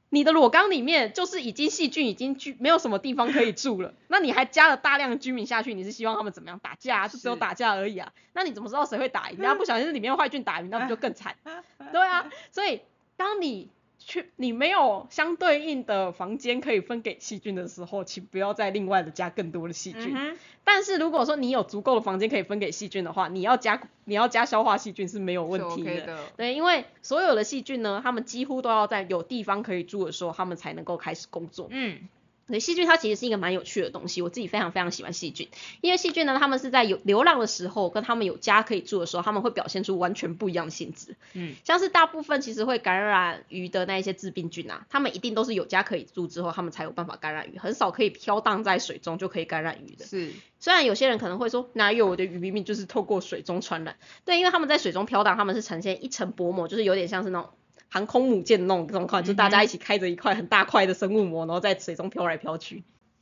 你的裸缸里面就是已经细菌已经居没有什么地方可以住了，那你还加了大量的居民下去，你是希望他们怎么样打架啊？就只有打架而已啊。那你怎么知道谁会打赢？人家不小心是里面坏菌打赢，那不就更惨？对啊，所以当你去你没有相对应的房间可以分给细菌的时候，请不要再另外的加更多的细菌。嗯、但是如果说你有足够的房间可以分给细菌的话，你要加你要加消化细菌是没有问题的。 OK 的对，因为所有的细菌呢，它们几乎都要在有地方可以住的时候，它们才能够开始工作。嗯。所以细菌它其实是一个蛮有趣的东西，我自己非常非常喜欢细菌，因为细菌呢，它们是在有流浪的时候，跟它们有家可以住的时候，它们会表现出完全不一样的性质。嗯，像是大部分其实会感染鱼的那一些致病菌啊，它们一定都是有家可以住之后，它们才有办法感染鱼，很少可以飘荡在水中就可以感染鱼的。是，虽然有些人可能会说，哪有我的鱼明明就是透过水中传染，对，因为它们在水中飘荡，它们是呈现一层薄膜，就是有点像是那种航空母舰的那种状况，就是大家一起开着一块很大块的生物膜，然后在水中飘来飘去。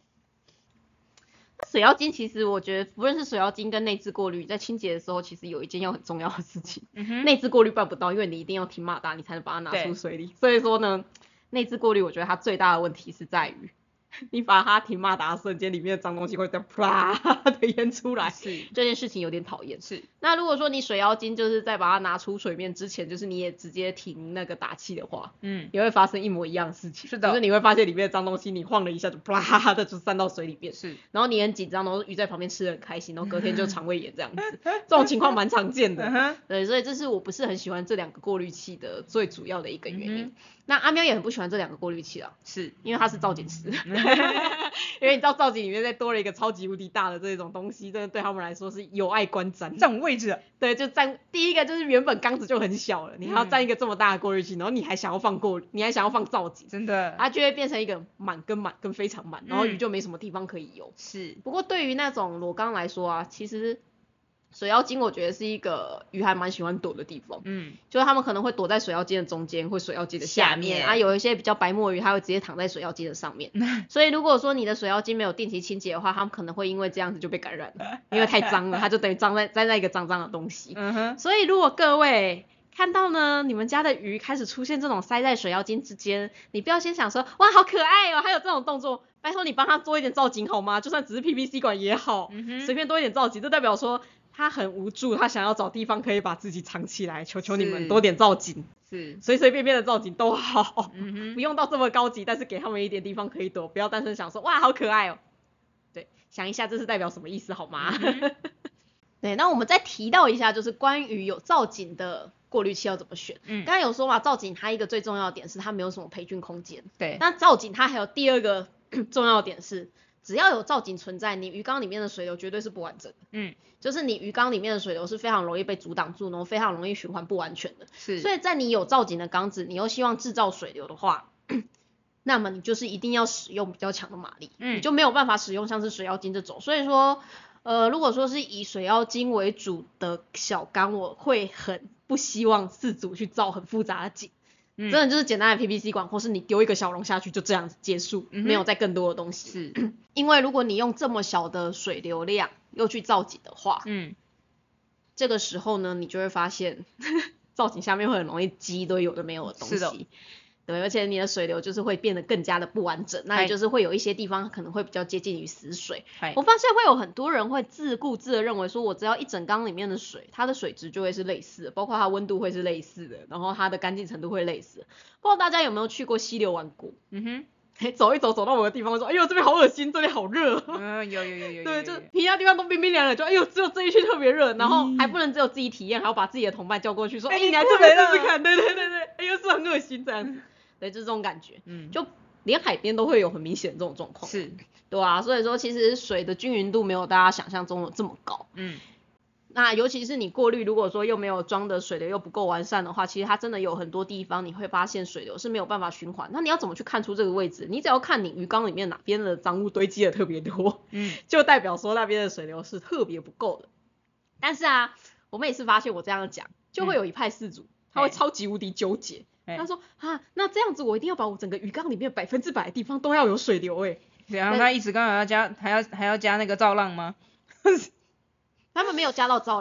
水妖精其实我觉得，不论是水妖精跟内置过滤，在清洁的时候，其实有一件要很重要的事情，嗯、内置过滤办不到，因为你一定要停马达，你才能把它拿出水里。所以说呢，内置过滤我觉得它最大的问题是在于，你把它停马达的瞬间，里面的脏东西会这样啪的淹出来，是这件事情有点讨厌。是，那如果说你水妖精就是在把它拿出水面之前，就是你也直接停那个打气的话，嗯，也会发生一模一样的事情。是的，就是你会发现里面的脏东西，你晃了一下就啪的就散到水里面，是，然后你很紧张，然后鱼在旁边吃得很开心，然后隔天就肠胃炎这样子，这种情况蛮常见的。对，所以这是我不是很喜欢这两个过滤器的最主要的一个原因。嗯、那阿喵也很不喜欢这两个过滤器啊，是因为它是造景师。因为你知道造景里面再多了一个超级无敌大的这种东西，真的对他们来说是有碍观瞻。 占位置， 对，就占第一个就是原本缸子就很小了，你还要占一个这么大的过滤器，然后你还想要放过，你还想要放造景，真的，它就会变成一个满跟满跟非常满，然后鱼就没什么地方可以游。是、嗯，不过对于那种裸缸来说啊，其实水妖精我觉得是一个鱼还蛮喜欢躲的地方，嗯，就是他们可能会躲在水妖精的中间或水妖精的下面，下面啊，有一些比较白目的鱼，它会直接躺在水妖精的上面，所以如果说你的水妖精没有定期清洁的话，他们可能会因为这样子就被感染了，因为太脏了，它就等于脏在在那一个脏脏的东西，嗯哼，所以如果各位看到呢，你们家的鱼开始出现这种塞在水妖精之间，你不要先想说哇好可爱哦，还有这种动作，拜托你帮它多一点造景好吗？就算只是 P V C 管也好，嗯、随便多一点造景，这代表说他很无助，他想要找地方可以把自己藏起来，求求你们多点造景，是随随便便的造景都好，嗯、不用到这么高级，但是给他们一点地方可以躲，不要单纯想说哇好可爱哦，对，想一下这是代表什么意思好吗？嗯、对，那我们再提到一下，就是关于有造景的过滤器要怎么选。嗯，刚才有说嘛，造景它一个最重要的点是它没有什么培菌空间。对，那造景它还有第二个重要的点是，只要有造景存在，你鱼缸里面的水流绝对是不完整的。嗯，就是你鱼缸里面的水流是非常容易被阻挡住，然后非常容易循环不完全的。是，所以在你有造景的缸子，你又希望制造水流的话，那么你就是一定要使用比较强的马力，嗯，你就没有办法使用像是水妖精这种。所以说，呃，如果说是以水妖精为主的小缸，我会很不希望自主去造很复杂的景。嗯、真的就是简单的 P V C 管，或是你丢一个小笼下去就这样子结束，嗯、没有再更多的东西。是，因为如果你用这么小的水流量又去造景的话，嗯，这个时候呢，你就会发现造景下面会很容易积一堆有的没有的东西。是的。对，而且你的水流就是会变得更加的不完整，那也就是会有一些地方可能会比较接近于死水。我发现会有很多人会自顾自的认为说，我只要一整缸里面的水，它的水质就会是类似的，包括它温度会是类似的，然后它的干净程度会类似的。不知道大家有没有去过溪流玩过？嗯哼，走一走走到某个地方说，哎呦这边好恶心，这里好热。嗯，有有有有有。对，就其他地方都冰冰凉凉，就哎呦只有这一区特别热，然后还不能只有自己体验，还要把自己的同伴叫过去说，哎、欸、你来这边试试看，对对对对，哎呦是很恶心这样子。对，就是这种感觉，嗯，就连海边都会有很明显的这种状况，是，对啊，所以说其实水的均匀度没有大家想象中的这么高，嗯，那尤其是你过滤，如果说又没有装的水流又不够完善的话，其实它真的有很多地方你会发现水流是没有办法循环，那你要怎么去看出这个位置？你只要看你鱼缸里面哪边的脏污堆积的特别多，嗯，就代表说那边的水流是特别不够的。但是啊，我每次发现我这样讲，就会有一派饲主，嗯、他会超级无敌纠结。他说啊，那这样子我一定要把我整个鱼缸里面百分之百的地方都要有水流哎。 然后他一直刚好要加，还要还要加那个造浪吗？ 他们没有加到造浪，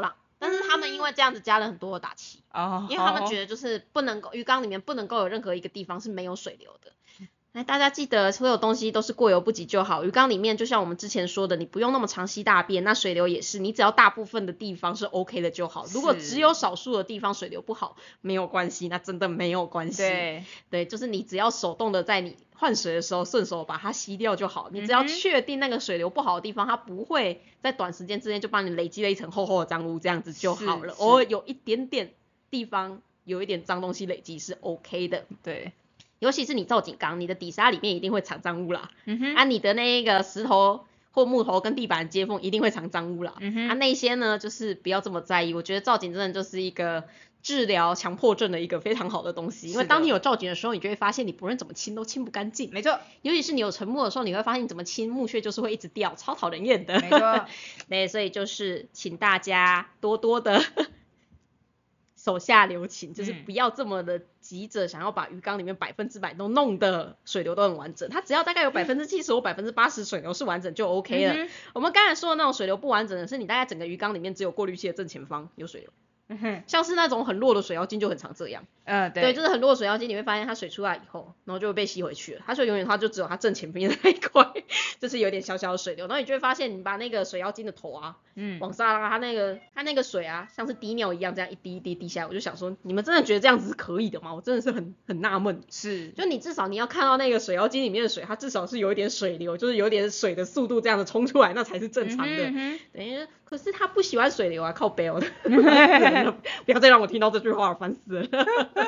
但是他们因为这样子加了很多的打气， 哦， 因为他们觉得就是不能够鱼缸里面不能够有任何一个地方是没有水流的。来，大家记得所有东西都是过犹不及就好。鱼缸里面就像我们之前说的，你不用那么常吸大便，那水流也是，你只要大部分的地方是 OK 的就好。如果只有少数的地方水流不好，没有关系，那真的没有关系。 对， 对，就是你只要手动的在你换水的时候顺手把它吸掉就好。你只要确定那个水流不好的地方，它不会在短时间之内就帮你累积了一层厚厚的脏污，这样子就好了。偶尔有一点点地方有一点脏东西累积是 OK 的。 对。 尤其是你造景缸，你的底沙里面一定会藏脏污啦。 嗯哼。 啊，你的那个石头或木头跟地板接缝一定会藏脏污啦。 嗯哼。 啊，那些呢就是不要这么在意。我觉得造景真的就是一个治疗强迫症的一个非常好的东西，因为当你有造景的时候，你就会发现你不论怎么清都清不干净。 没错。 尤其是你有沉木的时候，你会发现你怎么清木屑就是会一直掉，超讨人厌的。 没错。 对，所以就是请大家多多的手下留情，就是不要这么的急着想要把鱼缸里面百分之百都弄的水流都很完整，它只要大概有百分之七十或百分之八十水流是完整就 OK 了。嗯、我们刚才说的那种水流不完整的是你大概整个鱼缸里面只有过滤器的正前方有水流。嗯哼，像是那种很弱的水妖精就很常这样。 嗯，对， 对，就是很弱的水妖精，你会发现它水出来以后，然后就会被吸回去了。它水永远它就只有它正前面的那一块，就是有点小小的水流。然后你就会发现，你把那个水妖精的头啊，嗯，往上拉，它那个它那个水啊，像是滴尿一样，这样一滴一滴滴下来。我就想说，你们真的觉得这样子是可以的吗？我真的是很很纳闷。 是， 就你至少你要看到那个水妖精里面的水，它至少是有一点水流，就是有点水的速度这样子冲出来，那才是正常的。嗯、等于，可是它不喜欢水流啊，靠北哦。不要再让我听到这句话了，烦死了。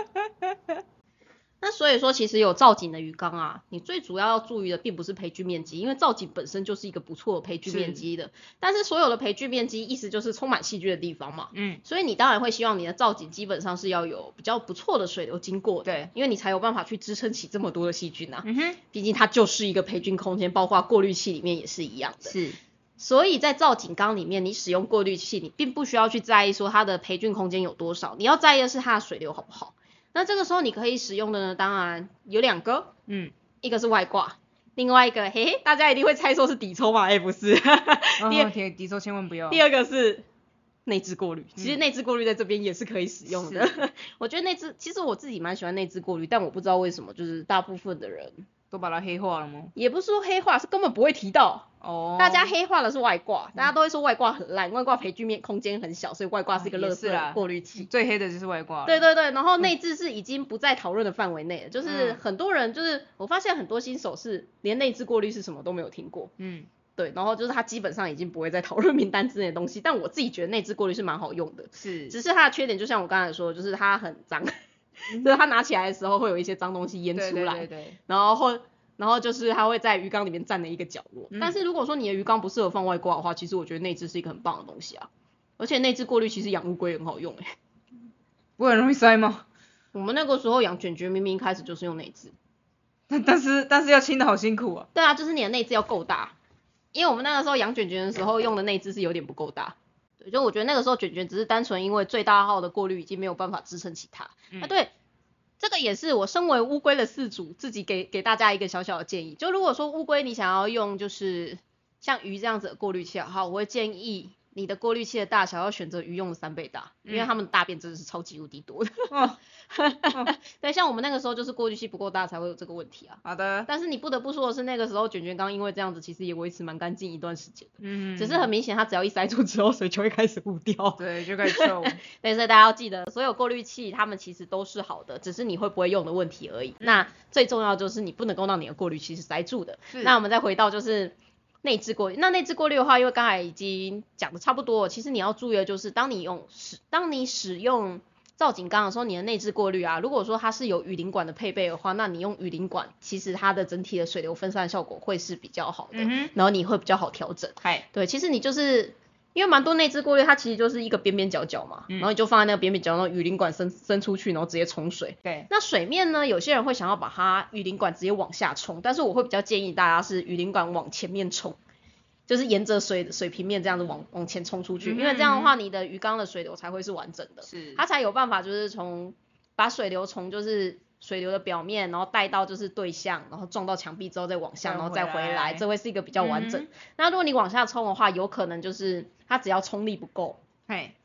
那所以说其实有造景的鱼缸啊，你最主要要注意的并不是培具面积，因为造景本身就是一个不错的培具面积的，但是所有的培具面积意思就是充满细菌的地方嘛，嗯，所以你当然会希望你的造景基本上是要有比较不错的水流经过的，对，因为你才有办法去支撑起这么多的细菌啊，嗯哼，毕竟它就是一个培菌空间，包括过滤器里面也是一样的，是。所以在造景缸里面，你使用过滤器，你并不需要去在意说它的培菌空间有多少，你要在意的是它的水流好不好。那这个时候你可以使用的呢，当然有两个，嗯，一个是外挂，另外一个，嘿嘿，大家一定会猜说是底抽嘛，哎，不是， 第二题底抽千万不要。 第二个是内置过滤，其实内置过滤在这边也是可以使用的。我觉得内置，其实我自己蛮喜欢内置过滤，但我不知道为什么，就是大部分的人都把它黑化了吗？ 也不是说黑化，是根本不会提到。哦，大家黑化的是外挂，大家都会说外挂很烂，外挂培具面空间很小，所以外挂是一个垃圾过滤器。 最黑的就是外挂。 对对对，然后内置是已经不在讨论的范围内了，就是很多人就是我发现很多新手是连内置过滤是什么都没有听过。嗯，对，然后就是它基本上已经不会在讨论名单之内的东西，但我自己觉得内置过滤是蛮好用的。是，只是它的缺点就像我刚才说，就是它很脏，就是它拿起来的时候会有一些脏东西淹出来。对对对对。然后后。然后就是它会在鱼缸里面占了一个角落，嗯、但是如果说你的鱼缸不适合放外挂的话，其实我觉得内置是一个很棒的东西啊，而且内置过滤其实养乌龟很好用诶、欸， 不会很容易塞吗？ 我们那个时候养卷卷明明一开始就是用内置， 但但是但是要清的好辛苦啊。 对啊，就是你的内置要够大，因为我们那个时候养卷卷的时候用的内置是有点不够大，对，就我觉得那个时候卷卷只是单纯因为最大号的过滤已经没有办法支撑起它，嗯、啊对。这个也是我身为乌龟的饲主自己给给大家一个小小的建议，就如果说乌龟你想要用就是像鱼这样子的过滤器的话，我会建议你的过滤器的大小要选择鱼用的三倍大，因为它们的大便真的是超级无敌多的。哦哦、对，像我们那个时候就是过滤器不够大才会有这个问题啊。 好的。 但是你不得不说的是，那个时候卷卷缸因为这样子其实也维持蛮干净一段时间的。嗯。只是很明显它只要一塞住之后，水就会开始雾掉。 对，就开始臭。 对，所以大家要记得，所有过滤器它们其实都是好的，只是你会不会用的问题而已。嗯、那最重要就是你不能够让你的过滤器是塞住的。那我们再回到就是内置过滤，那内置过滤的话，因为刚才已经讲的差不多了，其实你要注意的就是，当你用使当你使用造景缸的时候，你的内置过滤啊，如果说它是有雨淋管的配备的话，那你用雨淋管，其实它的整体的水流分散效果会是比较好的，嗯、然后你会比较好调整。对，其实你就是因为蛮多内置过滤，它其实就是一个边边角角嘛，嗯、然后你就放在那个边边角，然后雨淋管伸伸出去，然后直接冲水。对，那水面呢，有些人会想要把它雨淋管直接往下冲，但是我会比较建议大家是雨淋管往前面冲。就是沿着水水平面这样子往往前冲出去，因为这样的话你的鱼缸的水流才会是完整的，是它才有办法就是从把水流从就是水流的表面，然后带到就是对象，然后撞到墙壁之后再往下，然后再回来，这会是一个比较完整。嗯、那如果你往下冲的话，有可能就是它只要冲力不够，嘿，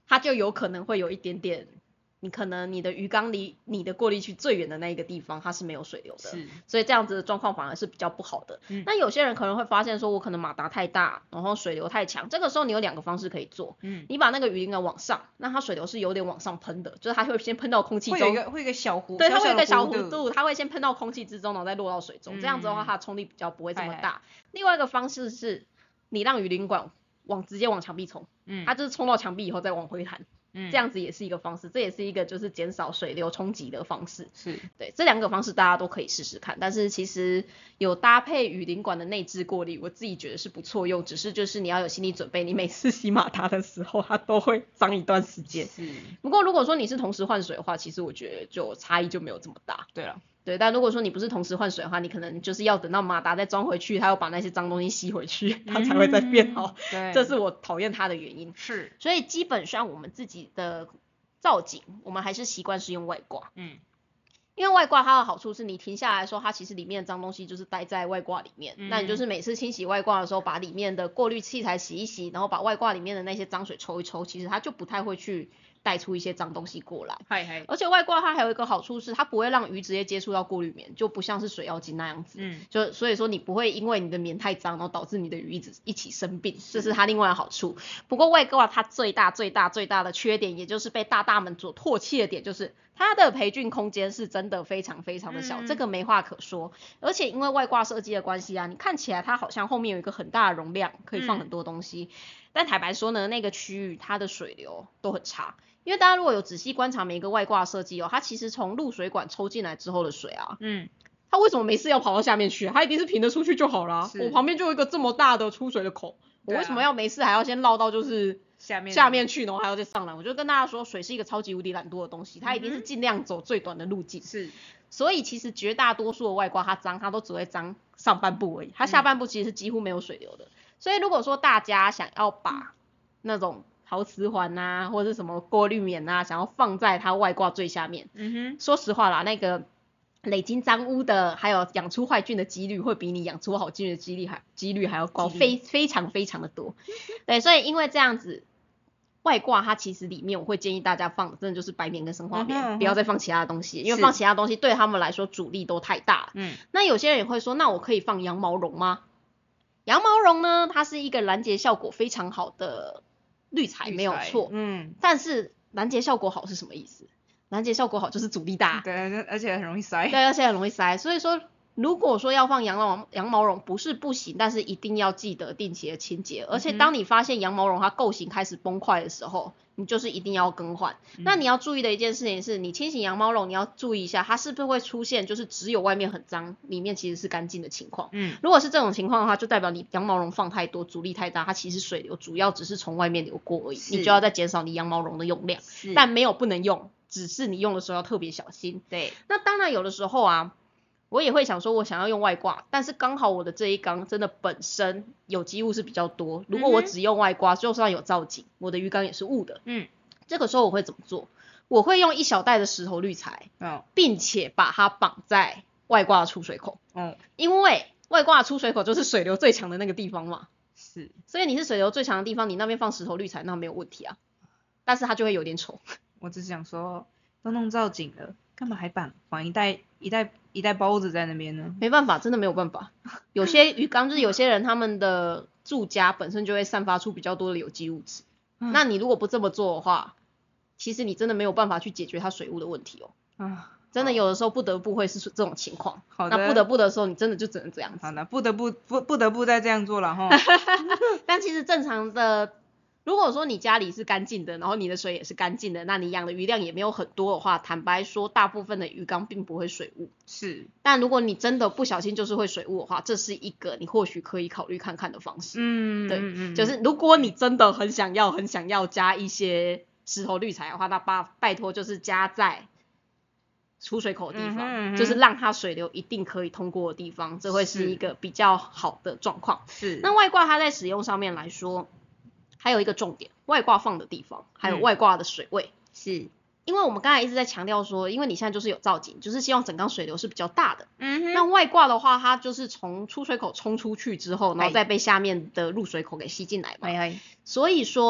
它就有可能会有一点点，你可能你的鱼缸离你的过滤区最远的那一个地方它是没有水流的， 是， 所以这样子的状况反而是比较不好的。嗯、那有些人可能会发现说，我可能马达太大，然后水流太强，这个时候你有两个方式可以做，嗯，你把那个鱼鳞往上，那它水流是有点往上喷的，就是它会先喷到空气中， 会有一个会有一个小弧， 对，它会有一个小弧度，它会先喷到空气之中，然后再落到水中，嗯、这样子的话它的冲力比较不会这么大。另外一个方式是，你让鱼鳞管往直接往墙壁冲，嗯，它就是冲到墙壁以后再往回弹。嗯，这样子也是一个方式，这也是一个就是减少水流冲击的方式。是，对，这两个方式大家都可以试试看。但是其实有搭配鱼鳞管的内置过滤，我自己觉得是不错用，只是就是你要有心理准备，你每次洗马达的时候它都会脏一段时间。是。不过如果说你是同时换水的话，其实我觉得就差异就没有这么大。对了。对，但如果说你不是同时换水的话，你可能就是要等到马达再装回去，它要把那些脏东西吸回去，它才会再变好。嗯、对，这是我讨厌它的原因。是，所以基本上我们自己的造景，我们还是习惯是用外挂。嗯，因为外挂它的好处是你停下来的时候，它其实里面的脏东西就是待在外挂里面。嗯、那你就是每次清洗外挂的时候，把里面的过滤器材洗一洗，然后把外挂里面的那些脏水抽一抽，其实它就不太会去带出一些脏东西过来。嗨嗨。而且外挂它还有一个好处是，它不会让鱼直接接触到过滤棉，就不像是水妖精那样子。嗯。就所以说你不会因为你的棉太脏，然后导致你的鱼一直一起生病，这是它另外的好处。不过外挂它最大最大最大的缺点，也就是被大大们所唾弃的点，就是它的培菌空间是真的非常非常的小，嗯、这个没话可说。而且因为外挂设计的关系啊，你看起来它好像后面有一个很大的容量，可以放很多东西。嗯、但坦白说呢，那个区域它的水流都很差。因为大家如果有仔细观察每一个外挂设计哦，它其实从入水管抽进来之后的水啊，嗯，它为什么没事要跑到下面去？它一定是平的出去就好啦。我旁边就有一个这么大的出水的口，我为什么要没事还要先绕到就是下面下面去，然后还要再上来？我就跟大家说，水是一个超级无敌懒惰的东西，它一定是尽量走最短的路径。是，所以其实绝大多数的外挂它脏，它都只会脏上半部而已，它下半部其实是几乎没有水流的。所以如果说大家想要把那种陶瓷环啊，或者是什么过滤棉啊，想要放在它外挂最下面，嗯哼，说实话啦，那个累积脏污的，还有养出坏菌的几率，会比你养出好菌的几率还几率还要高，非非常非常的多。对，所以因为这样子，外挂它其实里面我会建议大家放，真的就是白棉跟生化棉，嗯、不要再放其他的东西，因为放其他东西对他们来说阻力都太大了。嗯，那有些人也会说，那我可以放羊毛绒吗？羊毛绒呢，它是一个拦截效果非常好的滤材，没有错，嗯，但是拦截效果好是什么意思？拦截效果好就是阻力大， 对，而且很容易塞， 对，而且很容易塞，所以说如果说要放羊毛羊毛绒不是不行，但是一定要记得定期的清洁，而且当你发现羊毛绒它构型开始崩坏的时候，你就是一定要更换。嗯、那你要注意的一件事情是，你清洗羊毛绒你要注意一下，它是不是会出现就是只有外面很脏，里面其实是干净的情况。嗯，如果是这种情况的话，就代表你羊毛绒放太多，阻力太大，它其实水流主要只是从外面流过而已，你就要再减少你羊毛绒的用量。但没有不能用，只是你用的时候要特别小心。对，那当然有的时候啊，我也会想说，我想要用外挂，但是刚好我的这一缸真的本身有机物是比较多，如果我只用外挂，就算有造景，我的鱼缸也是雾的。嗯，这个时候我会怎么做？我会用一小袋的石头滤材，嗯，并且把它绑在外挂的出水口。嗯，因为外挂的出水口就是水流最强的那个地方嘛。是，所以你是水流最强的地方，你那边放石头滤材那没有问题啊，但是它就会有点丑。 我只想说，都弄造景了，干嘛还绑绑一袋一袋一袋包子在那边呢？ 没办法，真的没有办法。有些鱼缸就是有些人他们的住家本身就会散发出比较多的有机物质，嗯、那你如果不这么做的话，其实你真的没有办法去解决它水污的问题哦。啊，真的有的时候不得不会是这种情况。好的。那不得不的时候，你真的就只能这样子。 好的，不得不不不得不再这样做了哈。 但其实正常的。如果说你家里是干净的，然后你的水也是干净的，那你养的鱼量也没有很多的话，坦白说，大部分的鱼缸并不会水污。是。但如果你真的不小心就是会水污的话，这是一个你或许可以考虑看看的方式。嗯，对，嗯嗯就是如果你真的很想要、很想要加一些石头滤材的话，那拜拜托就是加在出水口的地方，嗯嗯就是让它水流一定可以通过的地方，这会是一个比较好的状况。是。那外挂它在使用上面来说，还有一个重点，外挂放的地方，还有外挂的水位。嗯、是，因为我们刚才一直在强调说，因为你现在就是有造景，就是希望整缸水流是比较大的。嗯哼。那外挂的话，它就是从出水口冲出去之后，然后再被下面的入水口给吸进来嘛。哎哎。所以说，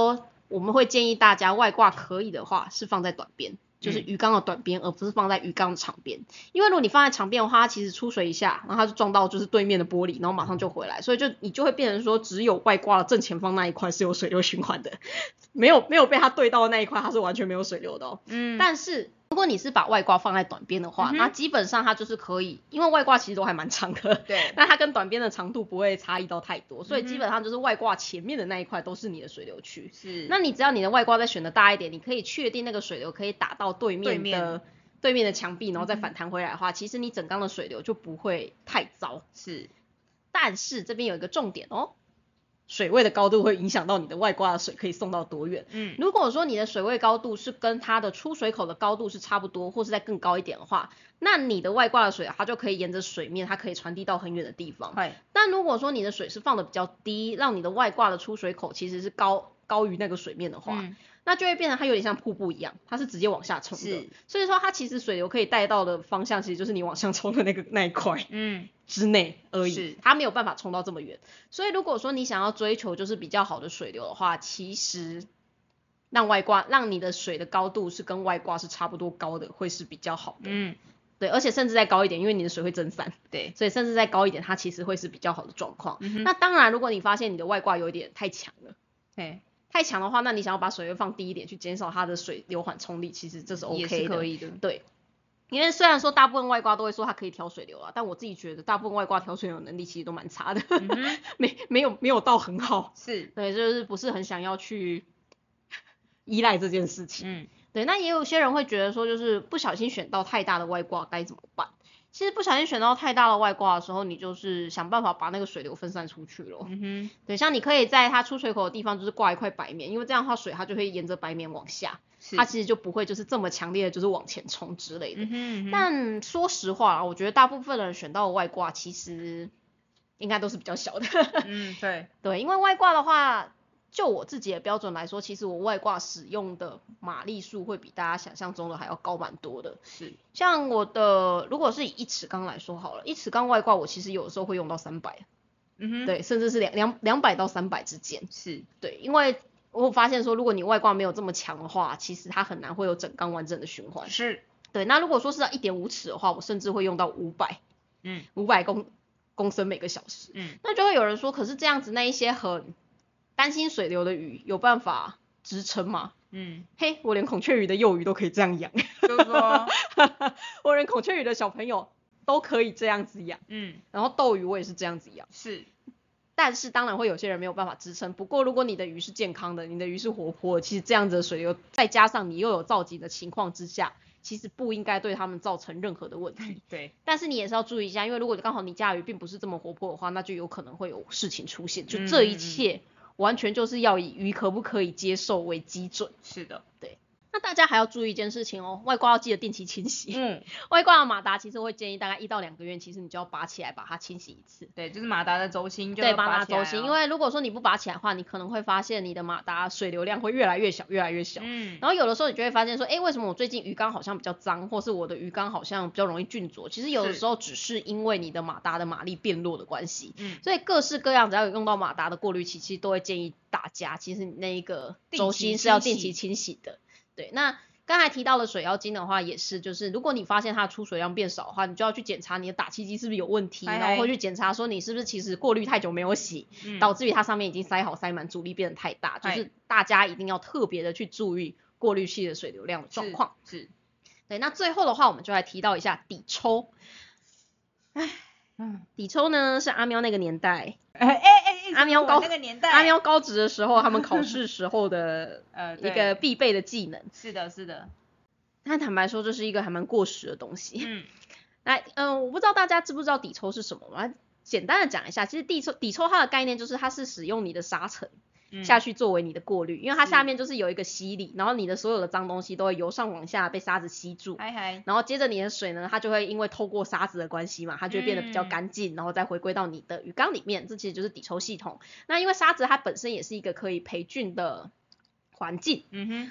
我们会建议大家外挂可以的话是放在短边。就是鱼缸的短边，而不是放在鱼缸的长边，因为如果你放在长边的话，它其实出水一下，然后它就撞到就是对面的玻璃，然后马上就回来，所以就你就会变成说，只有外挂的正前方那一块是有水流循环的，没有没有被它对到的那一块，它是完全没有水流的哦。嗯，但是如果你是把外挂放在短边的话，嗯、那基本上它就是可以，因为外挂其实都还蛮长的，对，那它跟短边的长度不会差异到太多，所以基本上就是外挂前面的那一块都是你的水流区。是，那你只要你的外挂再选的大一点，你可以确定那个水流可以打到对面的。对面对面的墙壁，然后再反弹回来的话，嗯、其实你整缸的水流就不会太糟。是，但是这边有一个重点哦，水位的高度会影响到你的外挂的水可以送到多远。嗯，如果说你的水位高度是跟它的出水口的高度是差不多，或是再更高一点的话，那你的外挂的水它就可以沿着水面，它可以传递到很远的地方。但如果说你的水是放的比较低，让你的外挂的出水口其实是高高于那个水面的话。嗯，那就会变成它有点像瀑布一样，它是直接往下冲的，所以说它其实水流可以带到的方向，其实就是你往上冲的那个那一块，嗯，之内而已，它没有办法冲到这么远。所以如果说你想要追求就是比较好的水流的话，其实让外挂让你的水的高度是跟外挂是差不多高的，会是比较好的。嗯，对，而且甚至再高一点，因为你的水会蒸散，对，所以甚至再高一点，它其实会是比较好的状况。嗯、那当然，如果你发现你的外挂有一点太强了，对。太强的话，那你想要把水位放低一点，去减少它的水流缓冲力，其实这是 OK 的，也是可以的。对，因为虽然说大部分外挂都会说它可以调水流啊，但我自己觉得大部分外挂调水流能力其实都蛮差的，嗯、没没有没有到很好。是，对，就是不是很想要去依赖这件事情。嗯，对，那也有些人会觉得说，就是不小心选到太大的外挂该怎么办？其实不小心选到太大的外挂的时候，你就是想办法把那个水流分散出去咯。嗯哼，对，像你可以在它出水口的地方就是挂一块白棉，因为这样的话水它就会沿着白棉往下，它其实就不会就是这么强烈的就是往前冲之类的。嗯哼嗯哼，但说实话，我觉得大部分人选到的外挂其实应该都是比较小的。嗯，对，对，因为外挂的话，就我自己的标准来说，其实我外挂使用的马力数会比大家想象中的还要高蛮多的。是，像我的如果是以一尺缸来说好了，一尺缸外挂我其实有的时候会用到三百，嗯哼，对，甚至是两两两百到三百之间。是，对，因为我发现说，如果你外挂没有这么强的话，其实它很难会有整缸完整的循环。是，对，那如果说是要一点五尺的话，我甚至会用到五百，嗯，五百公公升每个小时。嗯，那就会有人说，可是这样子那一些很担心水流的鱼有办法支撑吗？嗯，嘿，我连孔雀鱼的幼鱼都可以这样养，就是说，我连孔雀鱼的小朋友都可以这样子养，嗯，然后斗鱼我也是这样子养，是，但是当然会有些人没有办法支撑。不过如果你的鱼是健康的，你的鱼是活泼的，其实这样子的水流，再加上你又有造景的情况之下，其实不应该对他们造成任何的问题。对，但是你也是要注意一下，因为如果刚好你家的鱼并不是这么活泼的话，那就有可能会有事情出现。就这一切。嗯，完全就是要以鱼可不可以接受为基准。是的，对。那大家还要注意一件事情哦，外挂要记得定期清洗。嗯，外挂的马达其实会建议大概一到两个月，其实你就要拔起来把它清洗一次。对，就是马达的轴心就要拔起来。对，马达轴心，因为如果说你不拔起来的话，你可能会发现你的马达水流量会越来越小，越来越小。嗯。然后有的时候你就会发现说，哎，为什么我最近鱼缸好像比较脏，或是我的鱼缸好像比较容易菌浊？其实有的时候只是因为你的马达的马力变弱的关系。嗯。所以各式各样只要有用到马达的过滤器，其实都会建议大家，其实你那一个轴心是要定期清洗的。对，那刚才提到的水妖精的话也是，就是如果你发现它的出水量变少的话，你就要去检查你的打气机是不是有问题，然后会去检查说你是不是其实过滤太久没有洗，嗯、导致于它上面已经塞好塞满，阻力变得太大，就是大家一定要特别的去注意过滤器的水流量的状况。是，是，对，那最后的话我们就来提到一下底抽。唉，嗯，底抽呢是阿喵那个年代，哎哎哎，阿喵高那个年代，阿喵高职的时候，他们考试时候的呃一个必备的技能。是的，是的。但坦白说，这是一个还蛮过时的东西。嗯，来，嗯、呃，我不知道大家知不知道底抽是什么，我来简单的讲一下。其实底抽底抽它的概念就是它是使用你的沙尘下去作为你的过滤，因为它下面就是有一个吸力，然后你的所有的脏东西都会由上往下被沙子吸住，嗨嗨，然后接着你的水呢，它就会因为透过沙子的关系嘛，它就会变得比较干净，嗯、然后再回归到你的鱼缸里面，这其实就是底抽系统。那因为沙子它本身也是一个可以培菌的环境，嗯哼。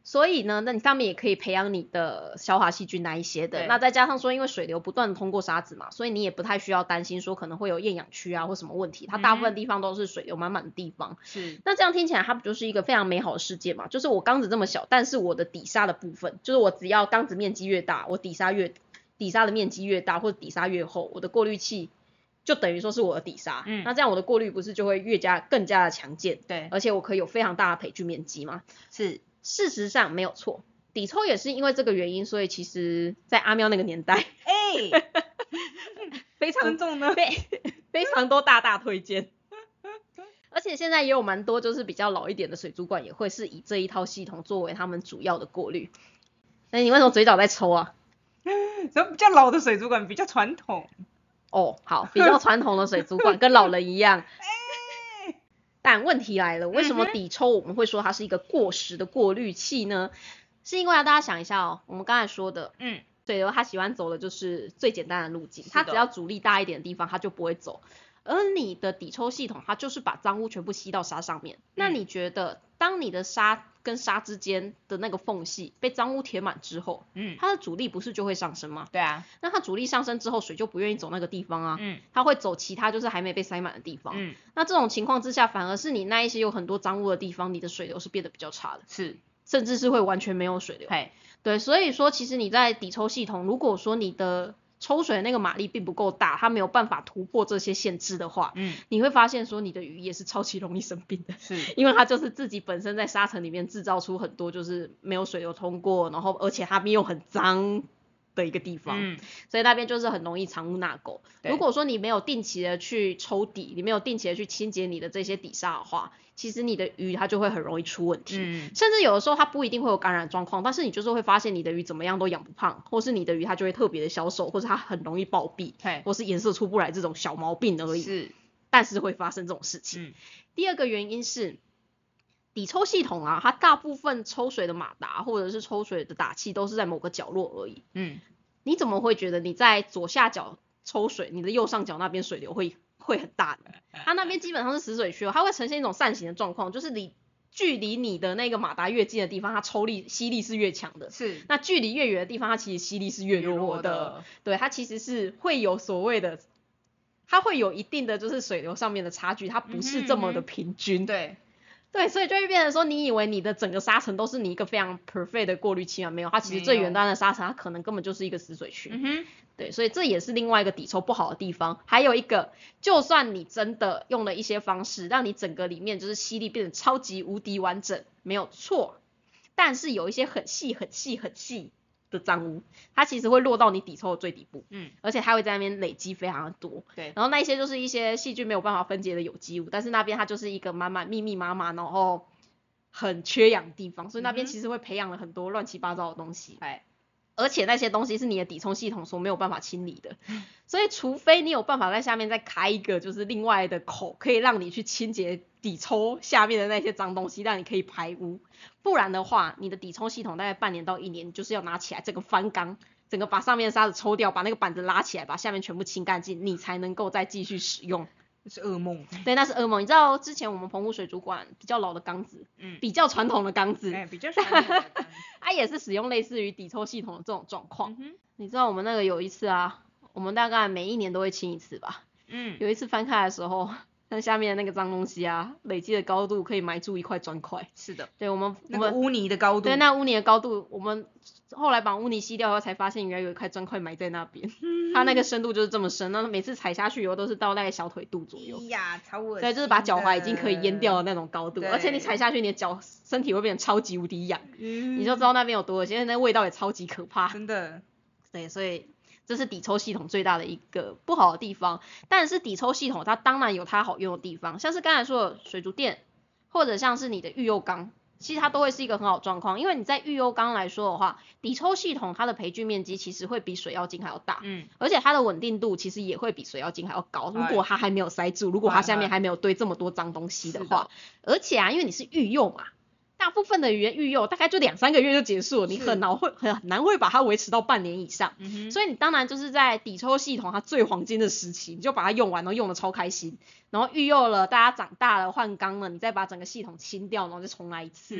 所以呢，那你上面也可以培养你的消化细菌那一些的。那再加上说，因为水流不断的通过沙子嘛，所以你也不太需要担心说可能会有厌氧区啊或什么问题。它大部分地方都是水流满满的地方。是。那这样听起来，它不就是一个非常美好的世界嘛？就是我缸子这么小，但是我的底沙的部分，就是我只要缸子面积越大，我底沙越底沙的面积越大，或者底沙越厚，我的过滤器就等于说是我的底沙。嗯。那这样我的过滤不是就会越加更加的强健？对。而且我可以有非常大的培菌面积嘛？是。事实上没有错。底抽也是因为这个原因，所以其实在阿喵那个年代，哎、欸，非常重的，非非常多大大推荐。而且现在也有蛮多就是比较老一点的水族馆也会是以这一套系统作为他们主要的过滤。那你为什么嘴角在抽啊？ 所以比较老的水族馆比较传统。 哦，好，比较传统的水族馆跟老人一样。但问题来了，为什么底抽我们会说它是一个过时的过滤器呢？是因为、啊、大家想一下哦，我们刚才说的，嗯，水流它喜欢走的就是最简单的路径，它只要阻力大一点的地方它就不会走。而你的底抽系统它就是把脏污全部吸到沙上面。嗯、那你觉得当你的沙跟沙之间的那个缝隙被脏污填满之后，嗯，它的阻力不是就会上升吗？对啊。那它阻力上升之后，水就不愿意走那个地方啊，嗯，它会走其他就是还没被塞满的地方。嗯，那这种情况之下，反而是你那一些有很多脏污的地方，你的水流是变得比较差的。是。甚至是会完全没有水流。对，所以说其实你在底抽系统，如果说你的抽水的那个马力并不够大，它没有办法突破这些限制的话，嗯，你会发现说你的鱼也是超级容易生病的。是。因为它就是自己本身在沙层里面制造出很多就是没有水流通过，然后而且它又很脏的一个地方，嗯，所以那边就是很容易藏污纳垢。如果说你没有定期的去抽底，你没有定期的去清洁你的这些底沙的话，其实你的鱼它就会很容易出问题。嗯，甚至有的时候它不一定会有感染状况，但是你就是会发现你的鱼怎么样都养不胖，或是你的鱼它就会特别的消瘦，或是它很容易暴毙，或是颜色出不来这种小毛病而已。是，但是会发生这种事情。嗯，第二个原因是底抽系统啊，它大部分抽水的马达或者是抽水的打气都是在某个角落而已。嗯，你怎么会觉得你在左下角抽水，你的右上角那边水流会会很大呢？它那边基本上是死水区哦，它会呈现一种扇形的状况，就是你距离你的那个马达越近的地方，它抽力吸力是越强的。是。那距离越远的地方，它其实吸力是越弱的。的对，它其实是会有所谓的，它会有一定的就是水流上面的差距，它不是这么的平均。嗯、对。对，所以就会变成说，你以为你的整个沙层都是你一个非常 perfect 的过滤器吗？没有，它其实最远端的沙层，它可能根本就是一个死水区。嗯哼。对，所以这也是另外一个底抽不好的地方。还有一个，就算你真的用了一些方式，让你整个里面就是吸力变得超级无敌完整，没有错，但是有一些很细很细很细的脏污，它其实会落到你底抽的最底部，嗯，而且它会在那边累积非常的多。对，然后那一些就是一些细菌没有办法分解的有机物，但是那边它就是一个满满密密麻麻，然后很缺氧的地方，所以那边其实会培养了很多乱七八糟的东西。哎、嗯。而且那些东西是你的底冲系统所没有办法清理的，所以除非你有办法在下面再开一个就是另外的口，可以让你去清洁底抽下面的那些脏东西，让你可以排污，不然的话你的底冲系统大概半年到一年就是要拿起来整个翻缸，整个把上面的沙子抽掉，把那个板子拉起来，把下面全部清干净，你才能够再继续使用。 那是噩梦。 对，那是噩梦。你知道之前我们澎湖水族馆比较老的缸子，嗯，比较传统的缸子， 哎，比较传统的缸子， 它也是使用类似于底抽系统的这种状况。嗯、你知道我们那个有一次啊，我们大概每一年都会清一次吧。嗯，有一次翻开的时候，那下面的那个脏东西啊，累积的高度可以埋住一块砖块。是的，对我们那个污泥的高度。 对，那污泥的高度，我们后来把污泥吸掉以后，才发现原来有一块砖块埋在那边。嗯、它那个深度就是这么深，那每次踩下去以后都是到大概小腿肚左右。 哎呀，超恶心。 对，就是把脚踝已经可以淹掉的那种高度，而且你踩下去，你的脚身体会变成超级无敌痒，嗯、你就知道那边有多恶心，那味道也超级可怕。 真的。 对，所以这是底抽系统最大的一个不好的地方。但是底抽系统它当然有它好用的地方，像是刚才说的水族店，或者像是你的育幼缸，其实它都会是一个很好的状况。因为你在育幼缸来说的话，底抽系统它的培菌面积其实会比水妖精还要大，嗯，而且它的稳定度其实也会比水妖精还要高。如果它还没有塞住，如果它下面还没有堆这么多脏东西的话，而且啊，因为你是育幼嘛。大部分的鱼育幼大概就两三个月就结束了，你很难会很难会把它维持到半年以上，嗯、所以你当然就是在底抽系统它最黄金的时期，你就把它用完，然后用的超开心，然后育幼了，大家长大了换缸了，你再把整个系统清掉，然后再重来一次，嗯、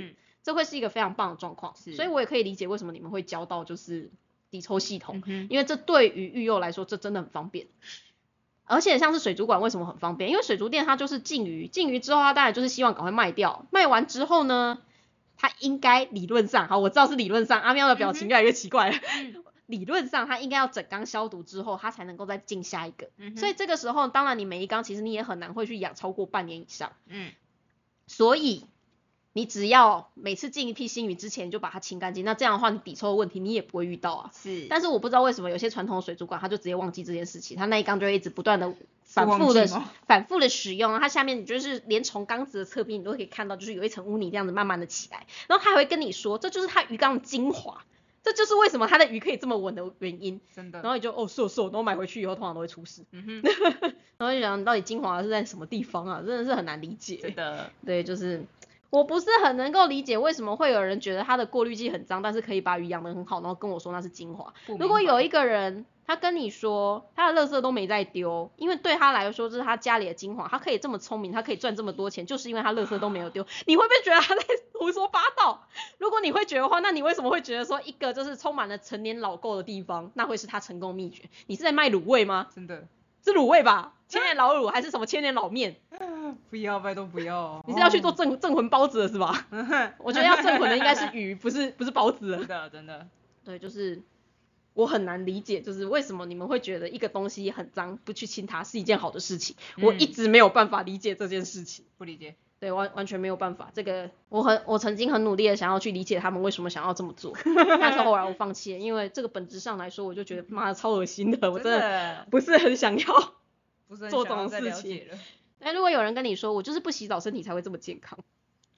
这会是一个非常棒的状况。所以我也可以理解为什么你们会教到就是抵抽系统，嗯、因为这对于育幼来说这真的很方便。而且像是水族馆为什么很方便？因为水族店它就是进鱼，进鱼之后它当然就是希望赶快卖掉，卖完之后呢，它应该理论上，好，我知道是理论上，阿喵的表情越来越奇怪了。嗯、理论上它应该要整缸消毒之后，它才能够再进下一个。嗯、所以这个时候，当然你每一缸其实你也很难会去养超过半年以上。嗯，所以你只要每次进一批新鱼之前就把它清干净，那这样的话你抵抽的问题你也不会遇到啊。是。但是我不知道为什么有些传统水族馆它就直接忘记这件事情，它那一缸就会一直不断的反复的反复的使用，它下面你就是连从缸子的侧边你都可以看到，就是有一层污泥这样子慢慢的起来，然后它还会跟你说这就是它鱼缸的精华，这就是为什么它的鱼可以这么稳的原因。真的。然后你就哦是是，然后买回去以后通常都会出事。嗯哼。然后就想到底精华是在什么地方啊？真的是很难理解。真的。对，就是。我不是很能够理解为什么会有人觉得他的过滤器很脏，但是可以把鱼养得很好，然后跟我说那是精华。如果有一个人他跟你说他的垃圾都没在丢，因为对他来说这是他家里的精华，他可以这么聪明，他可以赚这么多钱，就是因为他垃圾都没有丢，你会不会觉得他在胡说八道？如果你会觉得的话，那你为什么会觉得说一个就是充满了陈年老垢的地方，那会是他成功秘诀？你是在卖卤味吗？真的。是卤味吧？千年老卤还是什么千年老面？ 不要，拜托不要。 你是要去做镇镇魂包子的是吧？我觉得要镇魂的应该是鱼，不是不是包子。 真的真的。 对，就是我很难理解，就是为什么你们会觉得一个东西很脏，不去清它是一件好的事情。嗯、我一直没有办法理解这件事情。 不理解。 对，完完全没有办法。这个我很我曾经很努力的想要去理解他们为什么想要这么做，但是后来我放弃了，因为这个本质上来说，我就觉得妈的超恶心的，我真的不是很想要。 不是很做这种事情。哎，如果有人跟你说我就是不洗澡身体才会这么健康，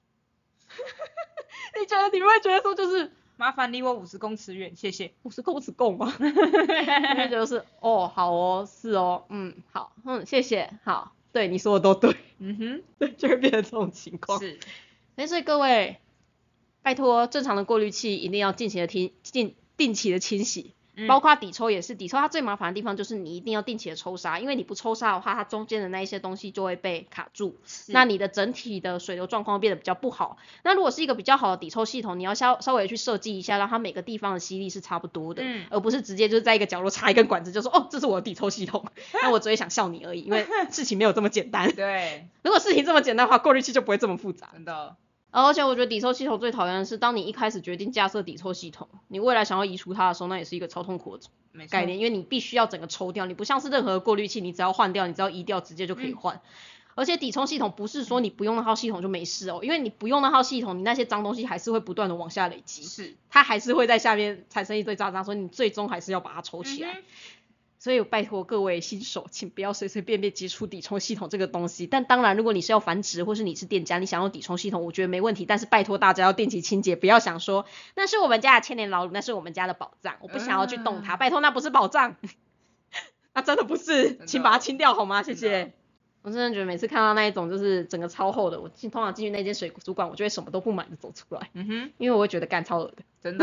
你觉得你会觉得说就是麻烦离我五十公尺远，谢谢。 五十公尺够吗？就觉得是哦，好哦，是哦，嗯，好，嗯，谢谢，好，对你说的都对，嗯哼，对，就会变成这种情况。是，哎，所以各位，拜托，正常的过滤器一定要定期的清，定定期的清洗。包括底抽也是，底抽它最麻烦的地方就是你一定要定期的抽沙，因为你不抽沙的话，它中间的那一些东西就会被卡住，那你的整体的水流状况会变得比较不好。那如果是一个比较好的底抽系统，你要稍稍微去设计一下，让它每个地方的吸力是差不多的，嗯、而不是直接就是在一个角落插一根管子就说哦这是我的底抽系统，那我只会想笑你而已，因为事情没有这么简单。对，如果事情这么简单的话，过滤器就不会这么复杂。真的。而且我觉得底抽系统最讨厌的是，当你一开始决定架设底抽系统，你未来想要移除它的时候，那也是一个超痛苦的概念，因为你必须要整个抽掉，你不像是任何过滤器，你只要换掉，你只要移掉，直接就可以换。嗯、而且底抽系统不是说你不用那套系统就没事哦，因为你不用那套系统，你那些脏东西还是会不断的往下累积，是，它还是会在下面产生一堆渣渣，所以你最终还是要把它抽起来。嗯所以拜托各位新手，请不要随随便便接触底冲系统这个东西。但当然，如果你是要繁殖或是你是店家，你想用底冲系统，我觉得没问题。但是拜托大家要定期清洁，不要想说那是我们家的千年老卤，那是我们家的宝藏，我不想要去动它。嗯、拜托，那不是宝藏，那真的不是，请把它清掉好吗？谢谢。我真的觉得每次看到那一种就是整个超厚的，我通常进去那间水族馆，我就会什么都不买的走出来。嗯哼，因为我会觉得干超恶的，真的。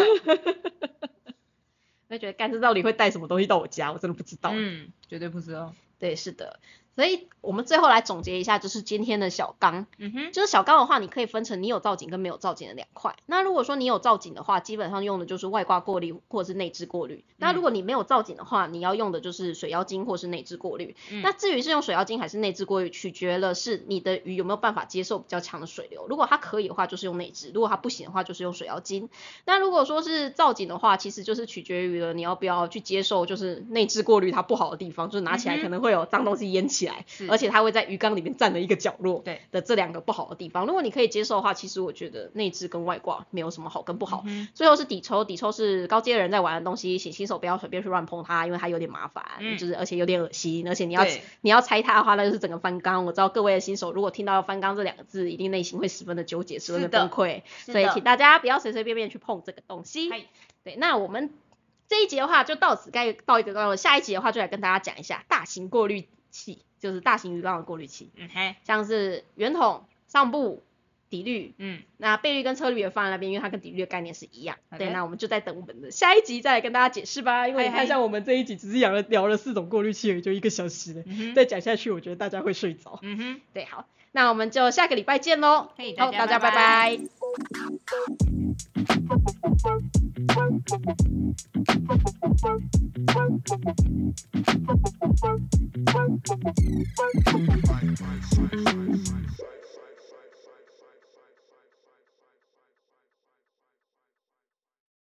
我会觉得干这到底会带什么东西到我家，我真的不知道。 嗯，绝对不知道。 对，是的。所以我们最后来总结一下，就是今天的小缸。嗯哼，就是小缸的话，你可以分成你有造景跟没有造景的两块。那如果说你有造景的话，基本上用的就是外挂过滤或者是内置过滤。嗯、那如果你没有造景的话，你要用的就是水妖精或是内置过滤。嗯、那至于是用水妖精还是内置过滤，取决了是你的鱼有没有办法接受比较强的水流。如果它可以的话，就是用内置；如果它不行的话，就是用水妖精。那如果说是造景的话，其实就是取决于了你要不要去接受，就是内置过滤它不好的地方，就是拿起来可能会有脏东西淹起来，嗯、而且它会在鱼缸里面占了一个角落的这两个不好的地方。如果你可以接受的话，其实我觉得内置跟外挂没有什么好跟不好。嗯、最后是底抽，底抽是高阶人在玩的东西，请新手不要随便去乱碰它，因为它有点麻烦，嗯、就是而且有点恶心，而且你要你要拆它的话，那就是整个翻缸。我知道各位的新手如果听到翻缸这两个字，一定内心会十分的纠结，十分的崩溃，所以请大家不要随随便便去碰这个东西。对，那我们这一集的话就到此该到一个段落，下一集的话就来跟大家讲一下大型过滤器，就是大型鱼缸的过滤器，嗯嘿，像是圆筒、上部、底滤，嗯，那倍率跟车滤也放在那边，因为它跟底滤的概念是一样。Okay. 对，那我们就在等我们的下一集再来跟大家解释吧，因为你看像我们这一集只是聊了聊了四种过滤器而已，就一个小时了，嗯、再讲下去我觉得大家会睡着。嗯哼，对，好，那我们就下个礼拜见喽，好，大家拜拜。 Bye.